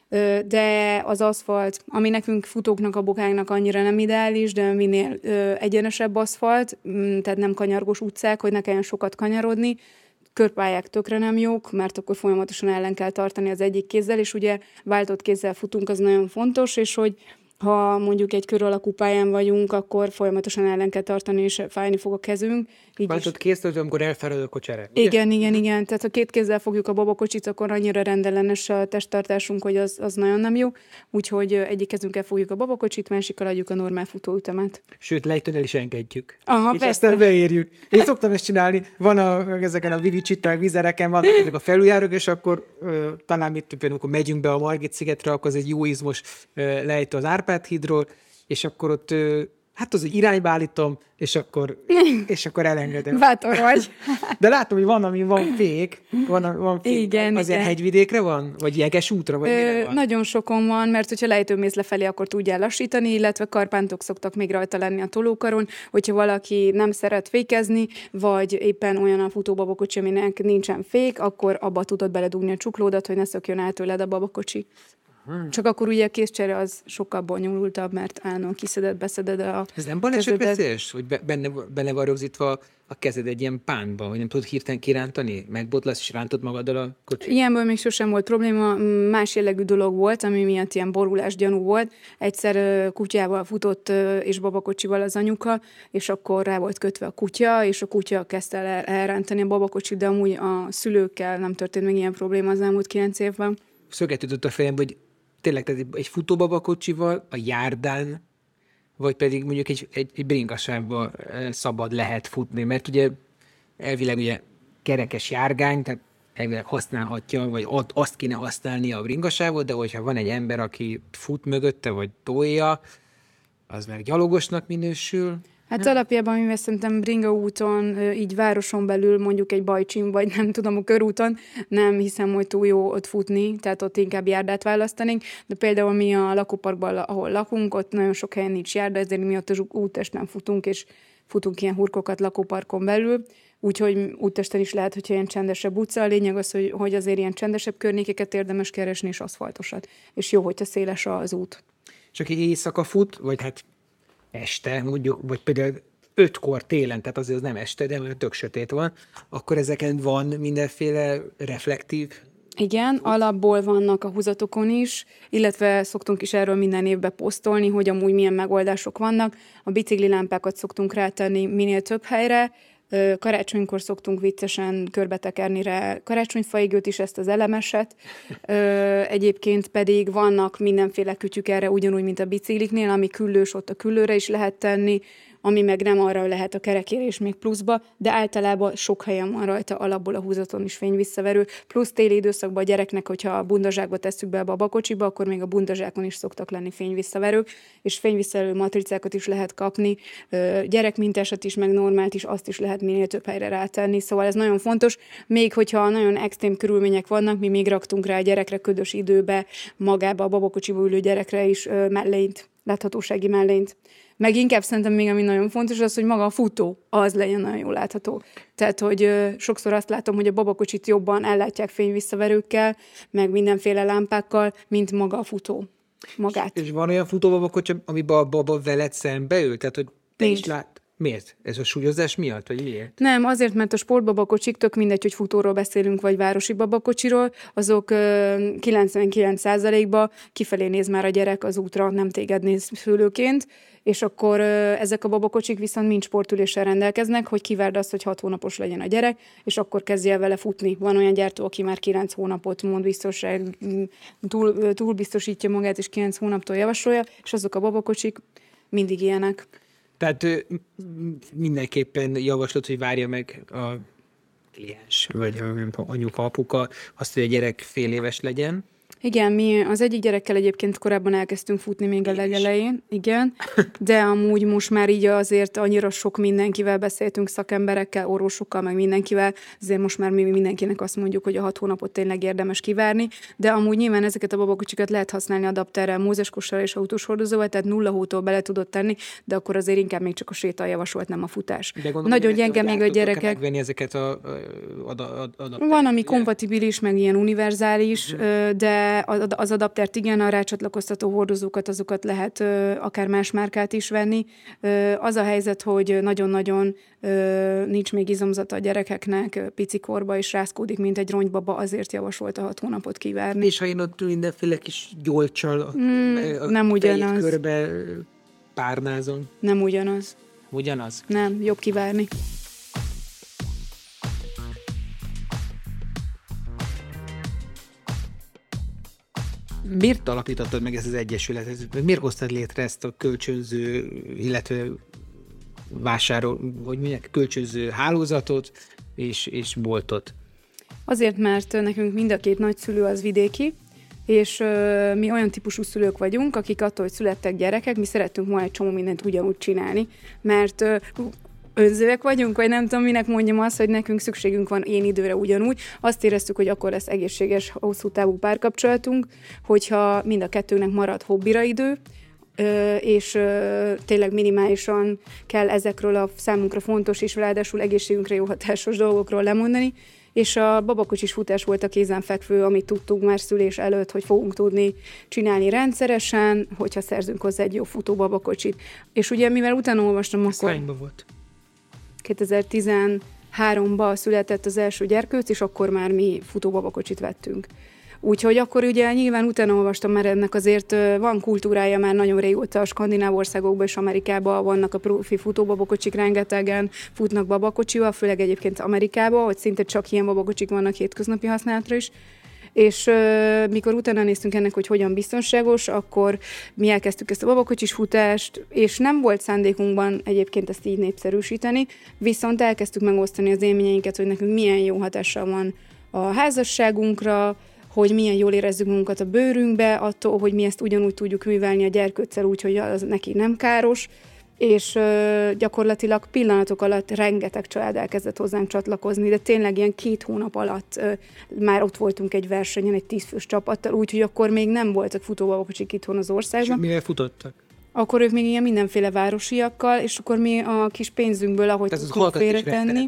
De az aszfalt, ami nekünk futóknak, a bokáknak annyira nem ideális, de minél egyenesebb aszfalt, tehát nem kanyargós utcák, hogy ne kelljen sokat kanyarodni, körpályák tökre nem jók, mert akkor folyamatosan ellen kell tartani az egyik kézzel, és ugye váltott kézzel futunk, az nagyon fontos, és hogy ha mondjuk egy kör alakú pályán vagyunk, akkor folyamatosan ellen kell tartani, és fájni fog a kezünk. Váltott kézzel, amikor elfárad a kocsere. Igen. Tehát ha 2 kézzel fogjuk a babakocsit, akkor annyira rendellenes a testtartásunk, hogy az nagyon nem jó. Úgyhogy egyik kezünkkel fogjuk a babakocsit, másikkal adjuk a normál futóütemet. Sőt, lejtőn el is engedjük. Aha, és persze. aztán beérjük. Én szoktam ezt csinálni, van ezeken a vivicsiták, vizereken van ezek a felüljárók, és akkor talán például, amikor megyünk be a Margit-szigetre, akkor az egy jó izmos lejtő az Árpád-hídról, és akkor ott hát az, hogy irányba állítom, és akkor elengedem. Bátor vagy. De látom, hogy van, ami van fék. Van fék. Igen, az ilyen hegyvidékre van? Vagy jeges útra? Vagy van? Nagyon sokon van, mert hogyha lejtőn mész lefelé, akkor tudjál lassítani, illetve karpántok szoktak még rajta lenni a tolókaron, hogyha valaki nem szeret fékezni, vagy éppen olyan a futóbabakocsi, aminek nincsen fék, akkor abba tudod beledugni a csuklódat, hogy ne szökjön el tőled a babakocsi. Csak akkor ugye a kézcsere az sokkal bonyolultabb, mert állandóan kiszeded, beszeded a Ez nem balesetveszélyes, hogy benne van rögzítve a kezed egy ilyen pánba, hogy nem tudod hirtelen kirántani? Megbotlasz és rántod magaddal a kocsit? Ilyenből még sosem volt probléma, más jellegű dolog volt, ami miatt ilyen borulás gyanú volt. Egyszer kutyával futott és babakocsival az anyuka, és akkor rá volt kötve a kutya, és a kutya kezdte el elrántani a babakocsit, de amúgy a szülőkkel nem történt még ilyen probléma az elmúlt 9 évben. Szöget ütött a fejembe, hogy tényleg tehát egy futóbabakocsival a járdán, vagy pedig mondjuk egy bringasávban szabad lehet futni, mert ugye elvileg ugye kerekes járgány, tehát elvileg használhatja, vagy azt kéne használnia a bringasávot, de hogyha van egy ember, aki fut mögötte, vagy tolja, az meg gyalogosnak minősül. Hát alapjában, mivel szerintem Bringa úton, így városon belül, mondjuk egy Bajcsin, vagy nem tudom, a körúton, nem hiszem, hogy túl jó ott futni, tehát ott inkább járdát választanénk, de például mi a lakóparkban, ahol lakunk, ott nagyon sok helyen nincs járda, ezért mi ott az úttesten futunk, és futunk ilyen hurkokat lakóparkon belül, úgyhogy úttesten is lehet, hogyha ilyen csendesebb utca. A lényeg az, hogy azért ilyen csendesebb környékeket érdemes keresni, és aszfaltosat. És jó, hogyha széles az út. És aki éjszaka fut, vagy hát este, mondjuk, vagy például 5-kor télen, tehát azért az nem este, de tök sötét van, akkor ezeken van mindenféle reflektív. Igen, alapból vannak a húzatokon is, illetve szoktunk is erről minden évben posztolni, hogy amúgy milyen megoldások vannak. A biciklilámpákat szoktunk rátenni minél több helyre, karácsonykor szoktunk viccesen körbetekerni rá karácsonyfaigőt is, ezt az elemeset. Egyébként pedig vannak mindenféle kütyük erre, ugyanúgy, mint a bicikliknél, ami küllős, ott a küllőre is lehet tenni, ami meg nem arra lehet a kerekérés még pluszba, de általában sok helyen van rajta alapból a húzaton is fényvisszaverő, plusz téli időszakban a gyereknek, hogyha a bundazsákba tesszük be a babakocsiba, akkor még a bundazsákon is szoktak lenni fényvisszaverők, és fényvisszaverő matricákat is lehet kapni, gyerekmintásat is, meg normált is, azt is lehet minél több helyre rátenni, szóval ez nagyon fontos, még hogyha nagyon extrém körülmények vannak, mi még raktunk rá a gyerekre ködös időbe, magába a babakocsiba ülő gyerekre is mellényt, láthatósági mellényt. Meg inkább szerintem még, ami nagyon fontos, az, hogy maga a futó, az legyen nagyon jól látható. Tehát, hogy sokszor azt látom, hogy a babakocsit jobban ellátják fényvisszaverőkkel, meg mindenféle lámpákkal, mint maga a futó magát. És van olyan futóbabakocsi, amiben a baba veled szembe ül? Tehát, hogy te Nincs. is lát. Miért? Ez a súlyozás miatt, vagy miért? Nem, azért, mert a sportbabakocsik, tök mindegy, hogy futóról beszélünk, vagy városi babakocsiról, azok 99%-ba kifelé néz már a gyerek az útra, nem téged néz szülőként, és akkor ezek a babakocsik viszont mind sportüléssel rendelkeznek, hogy kivárd azt, hogy 6 hónapos legyen a gyerek, és akkor kezdje el vele futni. Van olyan gyártó, aki már 9 hónapot mond biztonság, túl biztosítja magát, és 9 hónaptól javasolja, és azok a babakocsik mindig ilyenek. Tehát mindenképpen javaslod, hogy várja meg a kliens, vagy a anyuka, apuka azt, hogy a gyerek fél éves legyen. Igen, mi az egyik gyerekkel egyébként korábban elkezdtünk futni még a legelején, igen, de amúgy most már így azért annyira sok mindenkivel beszéltünk, szakemberekkel, orvosokkal, meg mindenkivel, azért most már mi mindenkinek azt mondjuk, hogy a 6 hónapot tényleg érdemes kivárni, de amúgy nyilván ezeket a babakocsikat lehet használni adapterrel, mózeskossal és autós hordozóval, tehát 0 hótól bele tudod tenni, de akkor azért inkább még csak a séta javasolt, nem a futás. Nagyon gyenge még a gyerekek. Megvenni ezeket Van, ami kompatibilis, meg ilyen univerzális, de az adaptert igen, a rácsatlakoztató hordozókat, azokat lehet akár más márkát is venni. Az a helyzet, hogy nagyon-nagyon nincs még izomzata a gyerekeknek picikorba, és rázkódik, mint egy ronybaba, azért javasolt a 6 hónapot kivárni. És ha én ott mindenféle kis gyolccsal nem ugyanaz. körbe párnázom. Nem ugyanaz. Ugyanaz? Nem, jobb kivárni. Miért alapítottad meg ezt az egyesületet? Miért hoztad létre ezt a kölcsönző, illetve hogy mondják, kölcsönző hálózatot és boltot? Azért, mert nekünk mind a két nagyszülő az vidéki, és mi olyan típusú szülők vagyunk, akik attól, hogy születtek gyerekek, mi szerettünk volna egy csomó mindent ugyanúgy csinálni, mert önzőek vagyunk, vagy nem tudom, minek mondjam azt, hogy nekünk szükségünk van én időre ugyanúgy. Azt éreztük, hogy akkor lesz egészséges, hosszú távú párkapcsolatunk, hogyha mind a kettőnek marad hobbira idő, és tényleg minimálisan kell ezekről a számunkra fontos és ráadásul egészségünkre jó hatásos dolgokról lemondani, és a babakocsis futás volt a kézenfekvő, amit tudtunk már szülés előtt, hogy fogunk tudni csinálni rendszeresen, hogyha szerzünk hozzá egy jó futó babakocsit. És ugye, mivel utána olvastam, Ez akkor... hányban volt? 2013-ban született az első gyerkőc, és akkor már mi futóbabakocsit vettünk. Úgyhogy akkor ugye nyilván utána olvastam, mert ennek azért van kultúrája már nagyon régóta, a skandináv országokban és Amerikában vannak a profi futóbabakocsik, rengetegen futnak babakocsival, főleg egyébként Amerikában, hogy szinte csak ilyen babakocsik vannak hétköznapi használatra is. És mikor utána néztünk ennek, hogy hogyan biztonságos, akkor mi elkezdtük ezt a babakocsis futást, és nem volt szándékunkban egyébként ezt így népszerűsíteni, viszont elkezdtük megosztani az élményeinket, hogy nekünk milyen jó hatással van a házasságunkra, hogy milyen jól érezzük magunkat a bőrünkbe, attól, hogy mi ezt ugyanúgy tudjuk művelni a gyerkőccel úgy, hogy az neki nem káros, és gyakorlatilag pillanatok alatt rengeteg család elkezdett hozzánk csatlakozni, de tényleg ilyen 2 hónap alatt már ott voltunk egy versenyen, egy 10 fős csapattal, úgyhogy akkor még nem voltak futóbabakocsik itthon az országban. És mivel futottak? Akkor ők még ilyen mindenféle városiakkal, és akkor mi a kis pénzünkből, ahogy tudtunk félretenni.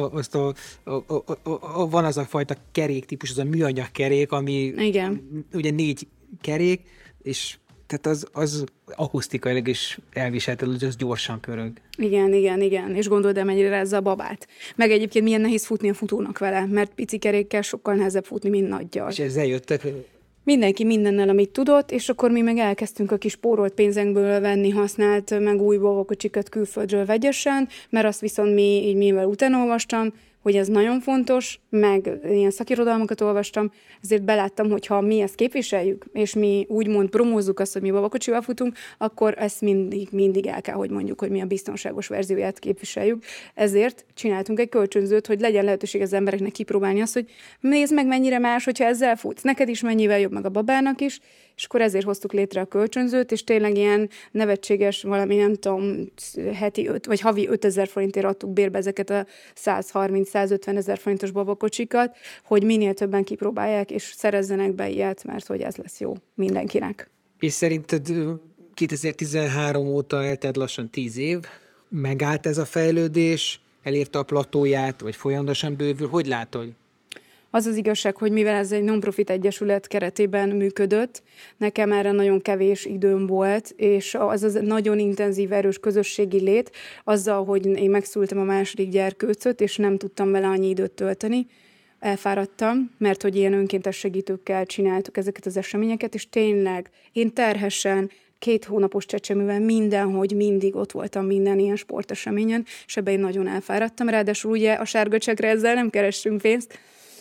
Van az a fajta kerék típus, az a műanyag kerék, ami igen. Ugye 4 kerék, és tehát az akusztikailag is elviselhető, hogy az gyorsan pörög. Igen. És gondold el, mennyire rázza a babát. Meg egyébként milyen nehéz futni a futónak vele, mert pici kerékkel sokkal nehezebb futni, mint nagygyal. És ezzel jöttek? Mindenki mindennel, amit tudott, és akkor mi meg elkezdtünk a kis spórolt pénzünkből venni használt, meg új babakocsikat külföldről vegyesen, mert azt viszont mivel utána olvastam, hogy ez nagyon fontos, meg ilyen szakirodalmakat olvastam, ezért beláttam, hogy ha mi ezt képviseljük, és mi úgymond promózzuk azt, hogy mi babakocsival futunk, akkor ezt mindig el kell, hogy mondjuk, hogy mi a biztonságos verzióját képviseljük. Ezért csináltunk egy kölcsönzőt, hogy legyen lehetőség az embereknek kipróbálni azt, hogy nézd meg, mennyire más, hogyha ezzel futsz. Neked is mennyivel jobb, meg a babának is, és akkor ezért hoztuk létre a kölcsönzőt, és tényleg ilyen nevetséges, valami nem tudom, havi 5000 forintért adtuk bérbe ezeket a 130-150 ezer forintos babakocsikat, hogy minél többen kipróbálják, és szerezzenek be ilyet, mert hogy ez lesz jó mindenkinek. És szerinted 2013 óta eltelt lassan 10 év, megállt ez a fejlődés, elérte a platóját, vagy folyamatosan bővül? Hogy látod? Az az igazság, hogy mivel ez egy non-profit egyesület keretében működött, nekem erre nagyon kevés időm volt, és az nagyon intenzív, erős közösségi lét, azzal, hogy én megszültem a második gyerkőcöt, és nem tudtam vele annyi időt tölteni, elfáradtam, mert hogy ilyen önkéntes segítőkkel csináltuk ezeket az eseményeket, és tényleg én terhesen 2 hónapos csecsemővel mindenhogy mindig ott voltam minden ilyen sporteseményen, és ebben én nagyon elfáradtam, ráadásul ugye a sárgacsekre ezzel nem keressünk pénzt,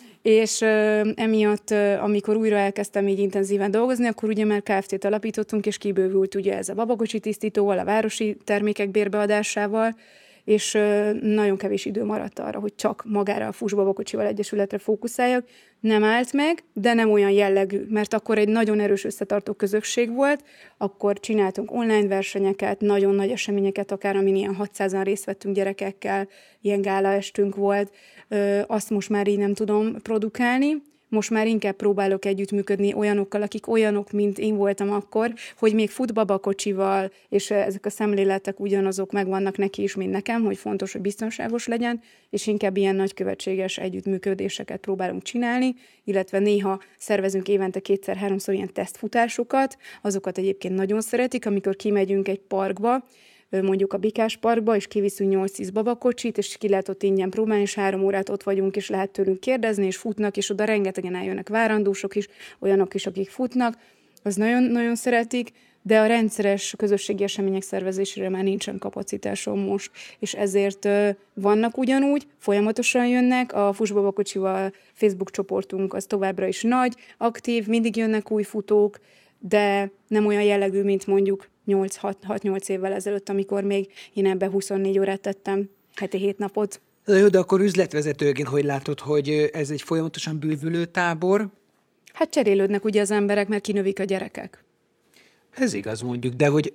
és emiatt, amikor újra elkezdtem így intenzíven dolgozni, akkor ugye már Kft-t alapítottunk, és kibővült ugye ez a babakocsi tisztítóval, a városi termékek bérbeadásával, és nagyon kevés idő maradt arra, hogy csak magára a Fuss Babakocsival Egyesületre fókuszáljak. Nem állt meg, de nem olyan jellegű, mert akkor egy nagyon erős összetartó közösség volt, akkor csináltunk online versenyeket, nagyon nagy eseményeket, akár amin ilyen 600-an részt vettünk gyerekekkel, ilyen gálaestünk volt, azt most már így nem tudom produkálni. Most már inkább próbálok együttműködni olyanokkal, akik olyanok, mint én voltam akkor, hogy még fut babakocsival, és ezek a szemléletek ugyanazok megvannak neki is, mint nekem, hogy fontos, hogy biztonságos legyen, és inkább ilyen nagykövetséges együttműködéseket próbálunk csinálni, illetve néha szervezünk évente 2-3-szor ilyen tesztfutásokat, azokat egyébként nagyon szeretik, amikor kimegyünk egy parkba, mondjuk a Bikás Parkba, és kiviszünk 8-10 babakocsit, és ki lehet ott ingyen próbálni, és 3 órát ott vagyunk, és lehet tőlünk kérdezni, és futnak, és oda rengetegen eljönnek várandósok is, olyanok is, akik futnak, az nagyon-nagyon szeretik, de a rendszeres közösségi események szervezésére már nincsen kapacitásom most, és ezért vannak ugyanúgy, folyamatosan jönnek, a Fuss Babakocsival Facebook csoportunk az továbbra is nagy, aktív, mindig jönnek új futók, de nem olyan jellegű, mint mondjuk 6-8 évvel ezelőtt, amikor még én ebbe 24 órát tettem, heti 7 napot. Jó, de akkor üzletvezetőként hogy látod, hogy ez egy folyamatosan bővülő tábor? Hát cserélődnek ugye az emberek, mert kinövik a gyerekek. Ez igaz mondjuk, de hogy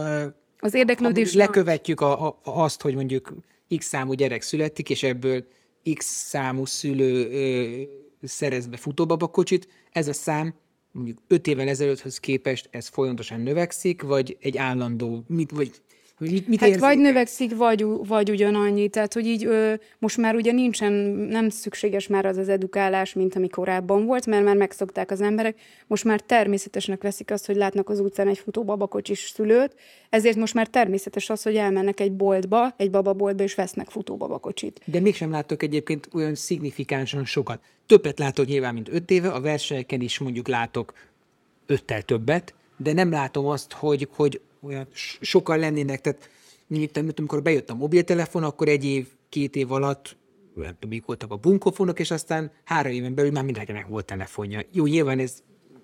az érdeklődés lekövetjük azt, hogy mondjuk X számú gyerek születik, és ebből X számú szülő szerez be futóbabakocsit, ez a szám mondjuk 5 évvel ezelőtthöz képest ez folyamatosan növekszik, vagy egy állandó, mit hát vagy növekszik, vagy ugyanannyi. Tehát, hogy így most már ugye nem szükséges már az edukálás, mint ami korábban volt, mert már megszokták az emberek. Most már természetesnek veszik azt, hogy látnak az utcán egy futó babakocsis szülőt, ezért most már természetes az, hogy elmennek egy boltba, egy bababoltba, és vesznek futó babakocsit. De mégsem látok egyébként olyan szignifikánsan sokat. Többet látok nyilván, mint 5 éve, a versenyeken is mondjuk látok 5-tel többet, de nem látom azt, hogy olyan sokan lennének, tehát amikor bejött a mobiltelefon, akkor 1 év, 2 év alatt, nem tudom, mik voltak a bunkofonok, és aztán 3 éven belül már mindenkinek volt telefonja. Jó, nyilván ez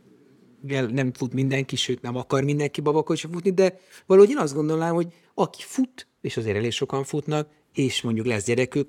nem fut mindenki, sőt nem akar mindenki babakocsival futni, de valahogy én azt gondolnám, hogy aki fut, és azért elég sokan futnak, és mondjuk lesz gyerekük,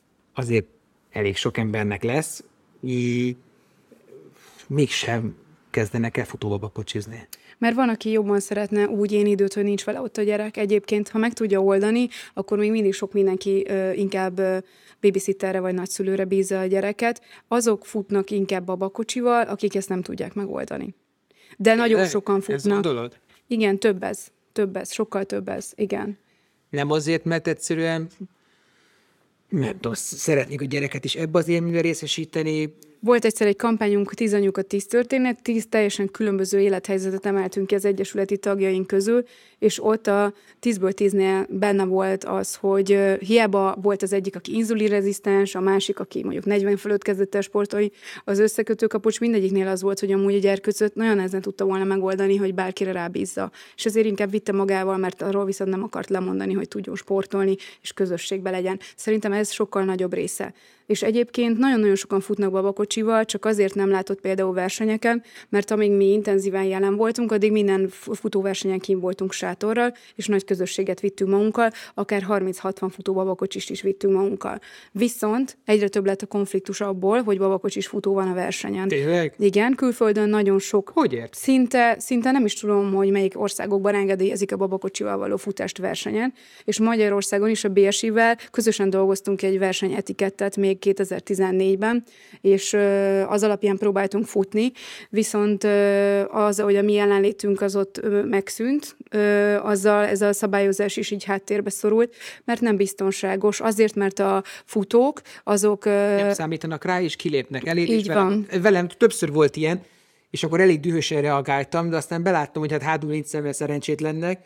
azért elég sok embernek lesz, mégsem kezdenek el futóbabakocsizni? Mert van, aki jobban szeretne úgy én időt, hogy nincs vele ott a gyerek. Egyébként, ha meg tudja oldani, akkor még mindig sok mindenki inkább babysitterre vagy nagyszülőre bízza a gyereket. Azok futnak inkább babakocsival, akik ezt nem tudják megoldani. De nagyon sokan futnak. Ez gondolod? Igen, több ez, sokkal több ez, igen. Nem azért, mert egyszerűen nem tudom, szeretnék a gyereket is ebbe az élménybe részesíteni. Volt egyszer egy kampányunk, 10 anyuka, 10 történet, 10 teljesen különböző élethelyzetet emeltünk ki az egyesületi tagjaink közül, és ott a 10-ből 10-nél benne volt az, hogy hiába volt az egyik, aki inzulinrezisztens, a másik, aki mondjuk 40 fölött kezdett el sportolni, az összekötőkapocs mindegyiknél az volt, hogy amúgy a gyerkőcöt nagyon nehezen tudta volna megoldani, hogy bárkire rábízza. És ezért inkább vitte magával, mert arról viszont nem akart lemondani, hogy tudjon sportolni, és közösségbe legyen. Szerintem ez sokkal nagyobb része. És egyébként nagyon-nagyon sokan futnak babakocsival, csak azért nem látott például versenyeken, mert amíg mi intenzíven jelen voltunk, addig minden futóversenyen kint voltunk sátorral, és nagy közösséget vittünk magunkkal, akár 30-60 futó babakocsist is vittünk magunkkal. Viszont egyre több lett a konfliktus abból, hogy babakocsis futó van a versenyen. Tényleg? Igen, külföldön nagyon sok. Hogy ért? Szinte nem is tudom, hogy melyik országokban engedélyezik a babakocsival való futást versenyen, és Magyarországon is a BSI-vel közösen dolgoztunk egy versenyetikettet még 2014-ben, és az alapján próbáltunk futni, viszont az, hogy a mi jelenlétünk az ott megszűnt, azzal ez a szabályozás is így háttérbe szorult, mert nem biztonságos. Azért, mert a futók, azok... Nem számítanak rá, és kilépnek elé. Így van. Velem többször volt ilyen, és akkor elég dühösen reagáltam, de aztán beláttam, hogy hát hátul nincs szemvel szerencsétlennek,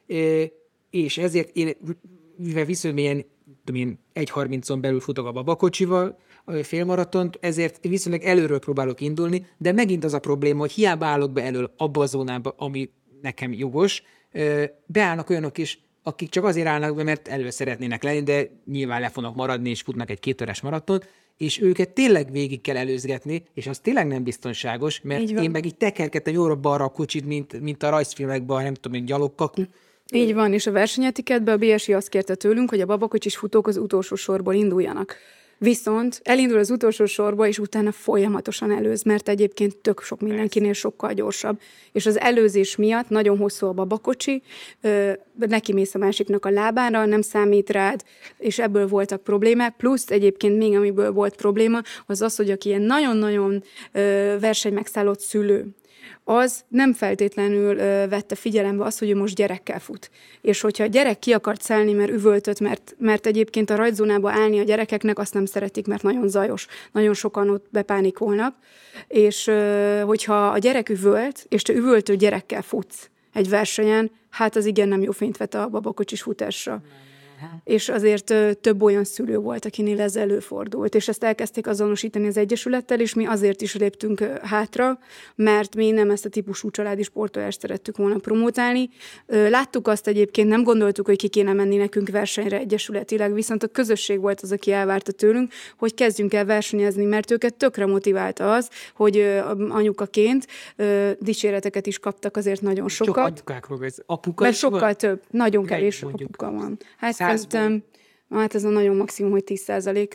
és ezért én, mivel viszonylag ilyen 1.30-on belül futok a babakocsival, a félmaratont, ezért viszonylag előről próbálok indulni, de megint az a probléma, hogy hiába állok be elől abba a zónába, ami nekem jogos, beállnak olyanok is, akik csak azért állnak be, mert elő szeretnének lenni, de nyilván le fognak maradni, és futnak egy 2 órás maratont, és őket tényleg végig kell előzgetni, és az tényleg nem biztonságos, mert én meg így tekerkedtem jobbra-balra a kocsit, mint a rajzfilmekben, nem tudom, egy gyalogkaku. Így van, és a versenyetiketben a BSI azt kérte tőlünk, hogy a babakocsis futók az utolsó sorból induljanak. Viszont elindul az utolsó sorba, és utána folyamatosan előz, mert egyébként tök sok mindenkinél sokkal gyorsabb. És az előzés miatt nagyon hosszú a babakocsi, neki mész a másiknak a lábára, nem számít rád, és ebből voltak problémák. Plusz egyébként még amiből volt probléma, az az, hogy aki ilyen nagyon-nagyon versenymegszállott szülő, az nem feltétlenül vette figyelembe azt, hogy ő most gyerekkel fut. És hogyha a gyerek ki akart szállni, mert üvöltött, mert egyébként a rajtzónába állni a gyerekeknek azt nem szeretik, mert nagyon zajos. Nagyon sokan ott bepánikolnak. És hogyha a gyerek üvölt, és te üvöltő gyerekkel futsz egy versenyen, hát az igen nem jó fényt vet a babakocsis futásra. És azért több olyan szülő volt, akinél ez előfordult, és ezt elkezdték azonosítani az Egyesülettel, és mi azért is léptünk hátra, mert mi nem ezt a típusú családi sportolást szerettük volna promotálni. Láttuk azt egyébként, nem gondoltuk, hogy ki kéne menni nekünk versenyre egyesületileg, viszont a közösség volt az, aki elvárta tőlünk, hogy kezdjünk el versenyezni, mert őket tökre motiválta az, hogy anyukaként dicséreteket is kaptak azért nagyon sokat. Csak anyukákról, ez apuka mert is sokkal van? több, nagyon kevés mondjuk apuka van. Hát 100-ból. szerintem, hát ez a nagyon maximum, hogy 10%.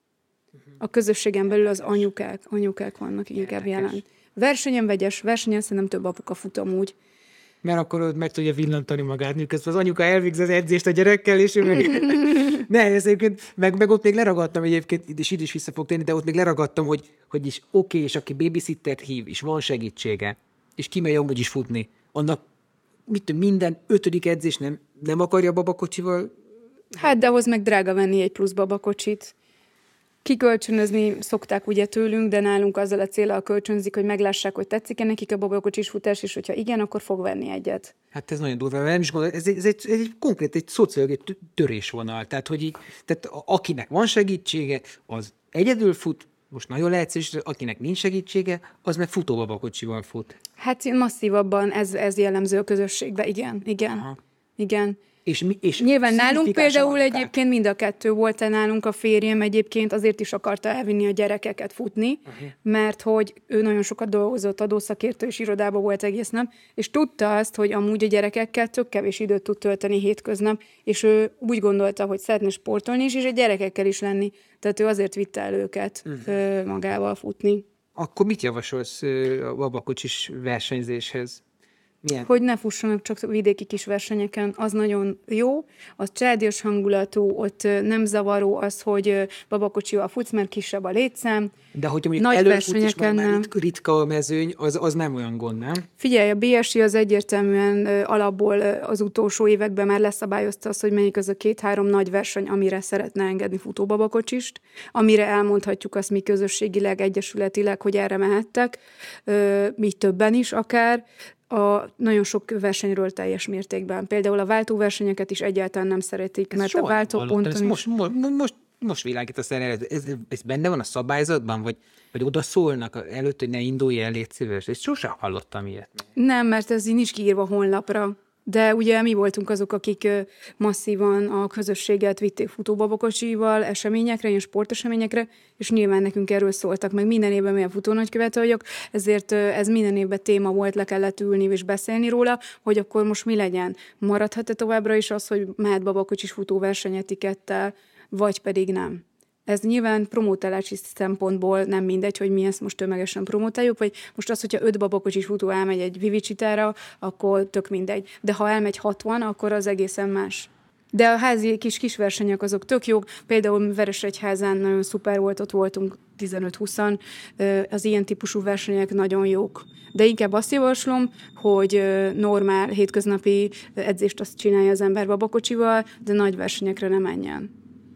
A közösségen belül az anyukák vannak inkább jelen. Versenyen vegyes, versenyen szerintem több apuka fut amúgy. Mert akkor ott meg tudja villantani magát, miközben az anyuka elvégzi az edzést a gyerekkel, és ő meg... Ne, ez egyébként, meg ott még leragadtam egyébként, és így is vissza fog térni, de ott még leragadtam, hogy is oké, és aki babysittert hív, és van segítsége, és kimegy amúgy is futni, annak minden 5. edzés nem akarja babakocsival. Hát, de ahhoz meg drága venni egy plusz babakocsit. Kikölcsönözni szokták ugye tőlünk, de nálunk azzal a céllal kölcsönzik, hogy meglássák, hogy tetszik-e nekik a babakocsis futás, és hogyha igen, akkor fog venni egyet. Hát ez nagyon durva, nem is gondolom, ez egy konkrét, egy szociológiai törésvonal. Tehát, tehát akinek van segítsége, az egyedül fut, most nagyon leegyszerűsítve, akinek nincs segítsége, az meg futóbabakocsival fut. Hát masszívabban ez jellemző a közösségben, igen. És nyilván nálunk szignifikáns például anyukák. egyébként mind a kettő volt, nálunk a férjem egyébként azért is akarta elvinni a gyerekeket futni, mert hogy ő nagyon sokat dolgozott, adószakértő és irodában volt egész nap, és tudta azt, hogy amúgy a gyerekekkel tök kevés időt tud tölteni hétköznap, és ő úgy gondolta, hogy szeretne sportolni is, és a gyerekekkel is lenni. Tehát ő azért vitte el őket magával futni. Akkor mit javasolsz a babakocsis versenyzéshez? Milyen? Hogy ne fussanak csak vidéki kis versenyeken, az nagyon jó, az családias hangulatú, ott nem zavaró az, hogy babakocsival futsz, mert kisebb a létszám. De hogyha mondjuk Nagy előfut, és versenyeken már nem. ritka a mezőny, az nem olyan gond, nem? Figyelj, a BSI az egyértelműen alapból az utolsó években már leszabályozta azt, hogy melyik az a 2-3 nagy verseny, amire szeretne engedni futóbabakocsist, amire elmondhatjuk azt mi közösségileg, egyesületileg, hogy erre mehettek, mi többen is akár. Nagyon sok versenyről teljes mértékben. Például a váltóversenyeket is egyáltalán nem szeretik, mert a váltóponton is... Most világítasz el, ez benne van a szabályzatban, vagy oda szólnak előtt, hogy ne indulj el, légy szíves. Ezt sosem hallottam ilyet. Nem, mert ez így nincs kiírva honlapra. De ugye mi voltunk azok, akik masszívan a közösséget vitték futóbabakocsival eseményekre, ilyen sporteseményekre, és nyilván nekünk erről szóltak, meg minden évben milyen futónagykövete vagyok, ezért ez minden évben téma volt, le kellett ülni és beszélni róla, hogy akkor most mi legyen. Maradhat-e továbbra is az, hogy mehet babakocsis futóversenyetikettel, vagy pedig nem. Ez nyilván promótálási szempontból nem mindegy, hogy mi ezt most tömegesen promotáljuk, vagy most az, hogyha 5 babakocsis futó elmegy egy Vivicsitára, akkor tök mindegy. De ha elmegy 60, akkor az egészen más. De a házi kis versenyek azok tök jók. Például Veresegyházán nagyon szuper volt, ott voltunk 15-20-an. Az ilyen típusú versenyek nagyon jók. De inkább azt javaslom, hogy normál, hétköznapi edzést azt csinálja az ember babakocsival, de nagy versenyekre ne menjen.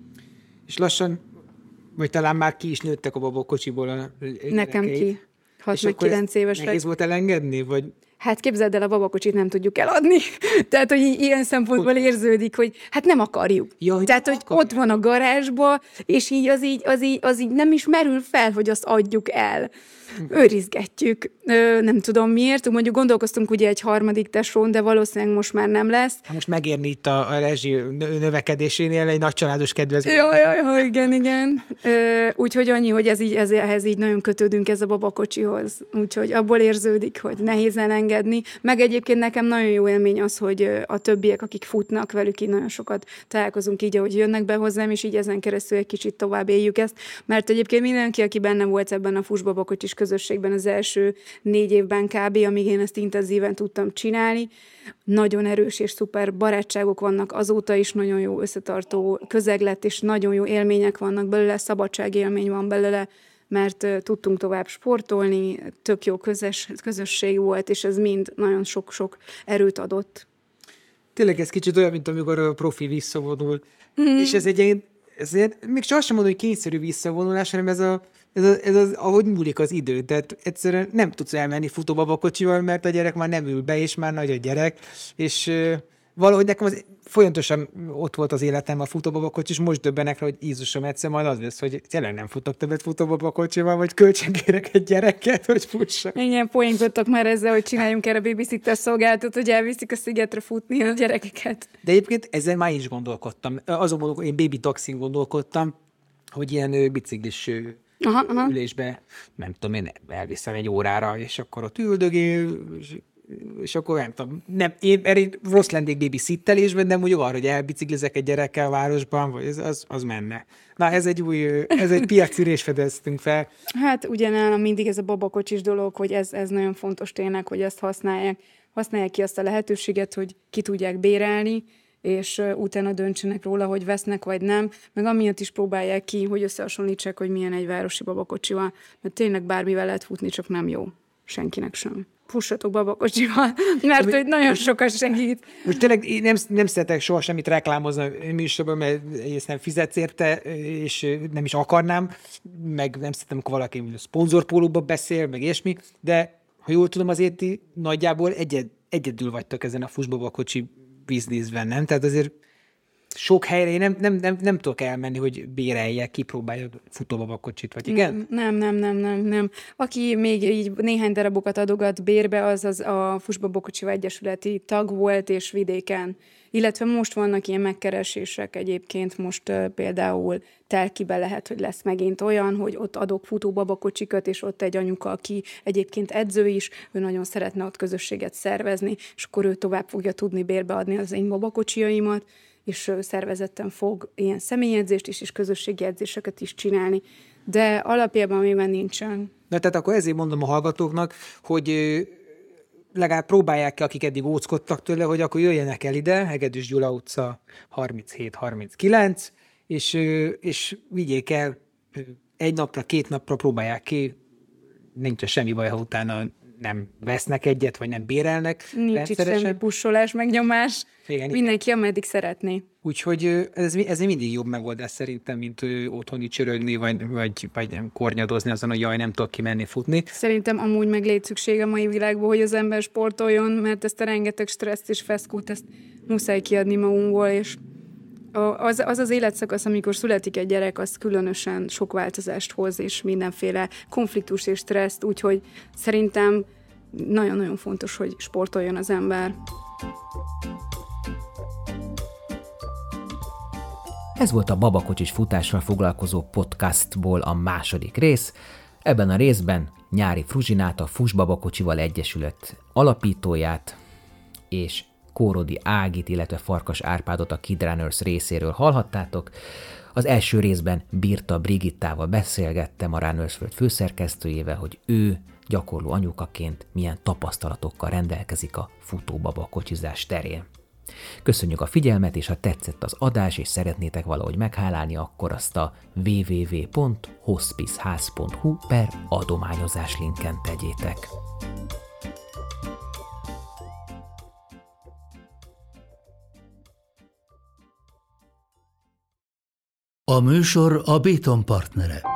És lassan, vagy talán már ki is nőttek a babakocsiból a Nekem ki. 6-9 évesek. Nehéz volt elengedni, vagy... Hát képzeld el, a babakocsit nem tudjuk eladni. Tehát, hogy ilyen szempontból érződik, hogy hát nem akarjuk. Ja, tehát, hogy ott van a garázsba, és így az így nem is merül fel, hogy azt adjuk el. Őrizgetjük. Nem tudom miért. Mondjuk gondolkoztunk ugye egy harmadik tesón, de valószínűleg most már nem lesz. Hát most megérni itt a rezsi növekedésénél egy nagy családos kedvezmény. Jaj, igen. Úgyhogy annyi, hogy ehhez így nagyon kötődünk ez a babakocsihoz. Úgyhogy abból érződik, hogy nehéz elengedni. Meg egyébként nekem nagyon jó élmény az, hogy a többiek, akik futnak, velük így nagyon sokat találkozunk így, ahogy jönnek be hozzám, és így ezen keresztül egy kicsit tovább éljük ezt. Mert egyébként mindenki, aki benne volt ebben a fussbabakocsis közösségben az első 4 évben kb., amíg én ezt intenzíven tudtam csinálni, nagyon erős és szuper barátságok vannak azóta is, nagyon jó összetartó közeg lett, és nagyon jó élmények vannak belőle, szabadságélmény van belőle, mert tudtunk tovább sportolni, tök jó közösség volt, és ez mind nagyon sok-sok erőt adott. Tényleg ez kicsit olyan, mint amikor a profi visszavonul. És ez még sosem mondom, hogy kényszerű visszavonulás, hanem ez az, ahogy múlik az idő. Tehát egyszerűen nem tudsz elmenni futóbabakocsival, mert a gyerek már nem ül be, és már nagy a gyerek, és valahogy nekem az folyamatosan ott volt az életem a futóbabakocsi, és most döbbenek rá, hogy Jézusom, egyszer majd az lesz, hogy tényleg nem futok többet futóbabakocsival, vagy kölcsönkérek egy gyereket, hogy fussak. Igen, poénkodtak már ezzel, hogy csináljunk erre babysitter szolgáltat, hogy elviszik a szigetre futni a gyerekeket. De egyébként ezzel már is gondolkodtam. Azon mondok, én baby taxin gondolkodtam, hogy ilyen biciklis ülésbe, nem tudom, én elviszem egy órára, és akkor ott üldögél, és akkor nem tudom, én rossz lennék babysittelésben, de mondjuk arra, hogy elbiciklizek egy gyerekkel a városban, vagy az menne. Na, ez egy piacürés fedeztünk fel. Hát ugyanállom mindig ez a babakocsis dolog, hogy ez nagyon fontos tényleg, hogy ezt használják ki azt a lehetőséget, hogy ki tudják bérelni, és utána döntsenek róla, hogy vesznek vagy nem, meg amiatt is próbálják ki, hogy összehasonlítsák, hogy milyen egy városi babakocsival, mert tényleg bármivel lehet futni, csak nem jó. Senkinek sem. Fussatok babakocsival, mert hogy nagyon sokat segít. Most tényleg én nem szeretek soha semmit reklámozni a műsorban, mert ezt nem fizetsz érte, és nem is akarnám, meg nem szeretem, amikor valaki szponzorpólóba beszél, meg ilyesmi, de ha jól tudom, azért ti nagyjából egyedül vagytok ezen a fussbabakocsi bizniszben, nem? Tehát azért sok helyre én nem tudok elmenni, hogy béreljek, kipróbáljuk futóbabakocsit, vagy igen? Nem. Aki még így néhány darabokat adogat bérbe, az a Fussbabakocsival Egyesületi tag volt, és vidéken. Illetve most vannak ilyen megkeresések egyébként, most például Telkiben lehet, hogy lesz megint olyan, hogy ott adok futóbabakocsikat, és ott egy anyuka, aki egyébként edző is, ő nagyon szeretne ott közösséget szervezni, és akkor ő tovább fogja tudni bérbeadni az én babakocsiaimat, és szervezetten fog ilyen személyedzést is, és közösségi edzéseket is csinálni. De alapjában miben nincsen. Na tehát akkor ezért mondom a hallgatóknak, hogy legalább próbálják ki, akik eddig óckodtak tőle, hogy akkor jöjjenek el ide, Hegedűs Gyula utca 37-39, és vigyék el egy napra, 2 napra, próbálják ki, nincs semmi baj, ha utána nem vesznek egyet, vagy nem bérelnek. Nincs itt semmi pussolás, megnyomás. Igen, mindenki, ameddig szeretné. Úgyhogy ez mindig jobb megoldás szerintem, mint otthoni csörögni, vagy nem kornyadozni azon, hogy jaj, nem tudok kimenni futni. Szerintem amúgy meg létszükség a mai világban, hogy az ember sportoljon, mert ezt a rengeteg stresszt és feszkót, ezt muszáj kiadni magunkból, és az életszakasz, amikor születik egy gyerek, az különösen sok változást hoz, és mindenféle konfliktus és stresszt, úgyhogy szerintem nagyon-nagyon fontos, hogy sportoljon az ember. Ez volt a babakocsis futással foglalkozó podcastból a második rész. Ebben a részben Nyári Fruzsinát, a Fuss Babakocsival Egyesület alapítóját, és Kórodi Ágit, illetve Farkas Árpádot a Kid Runners részéről hallhattátok. Az első részben Birta Brigittával beszélgettem, a Runners World főszerkesztőjével, hogy ő gyakorló anyukaként milyen tapasztalatokkal rendelkezik a futóbabakocsizás terén. Köszönjük a figyelmet, és ha tetszett az adás, és szeretnétek valahogy meghálálni, akkor azt a www.hospiceház.hu/adományozás linken tegyétek. A műsor a Béton partnere.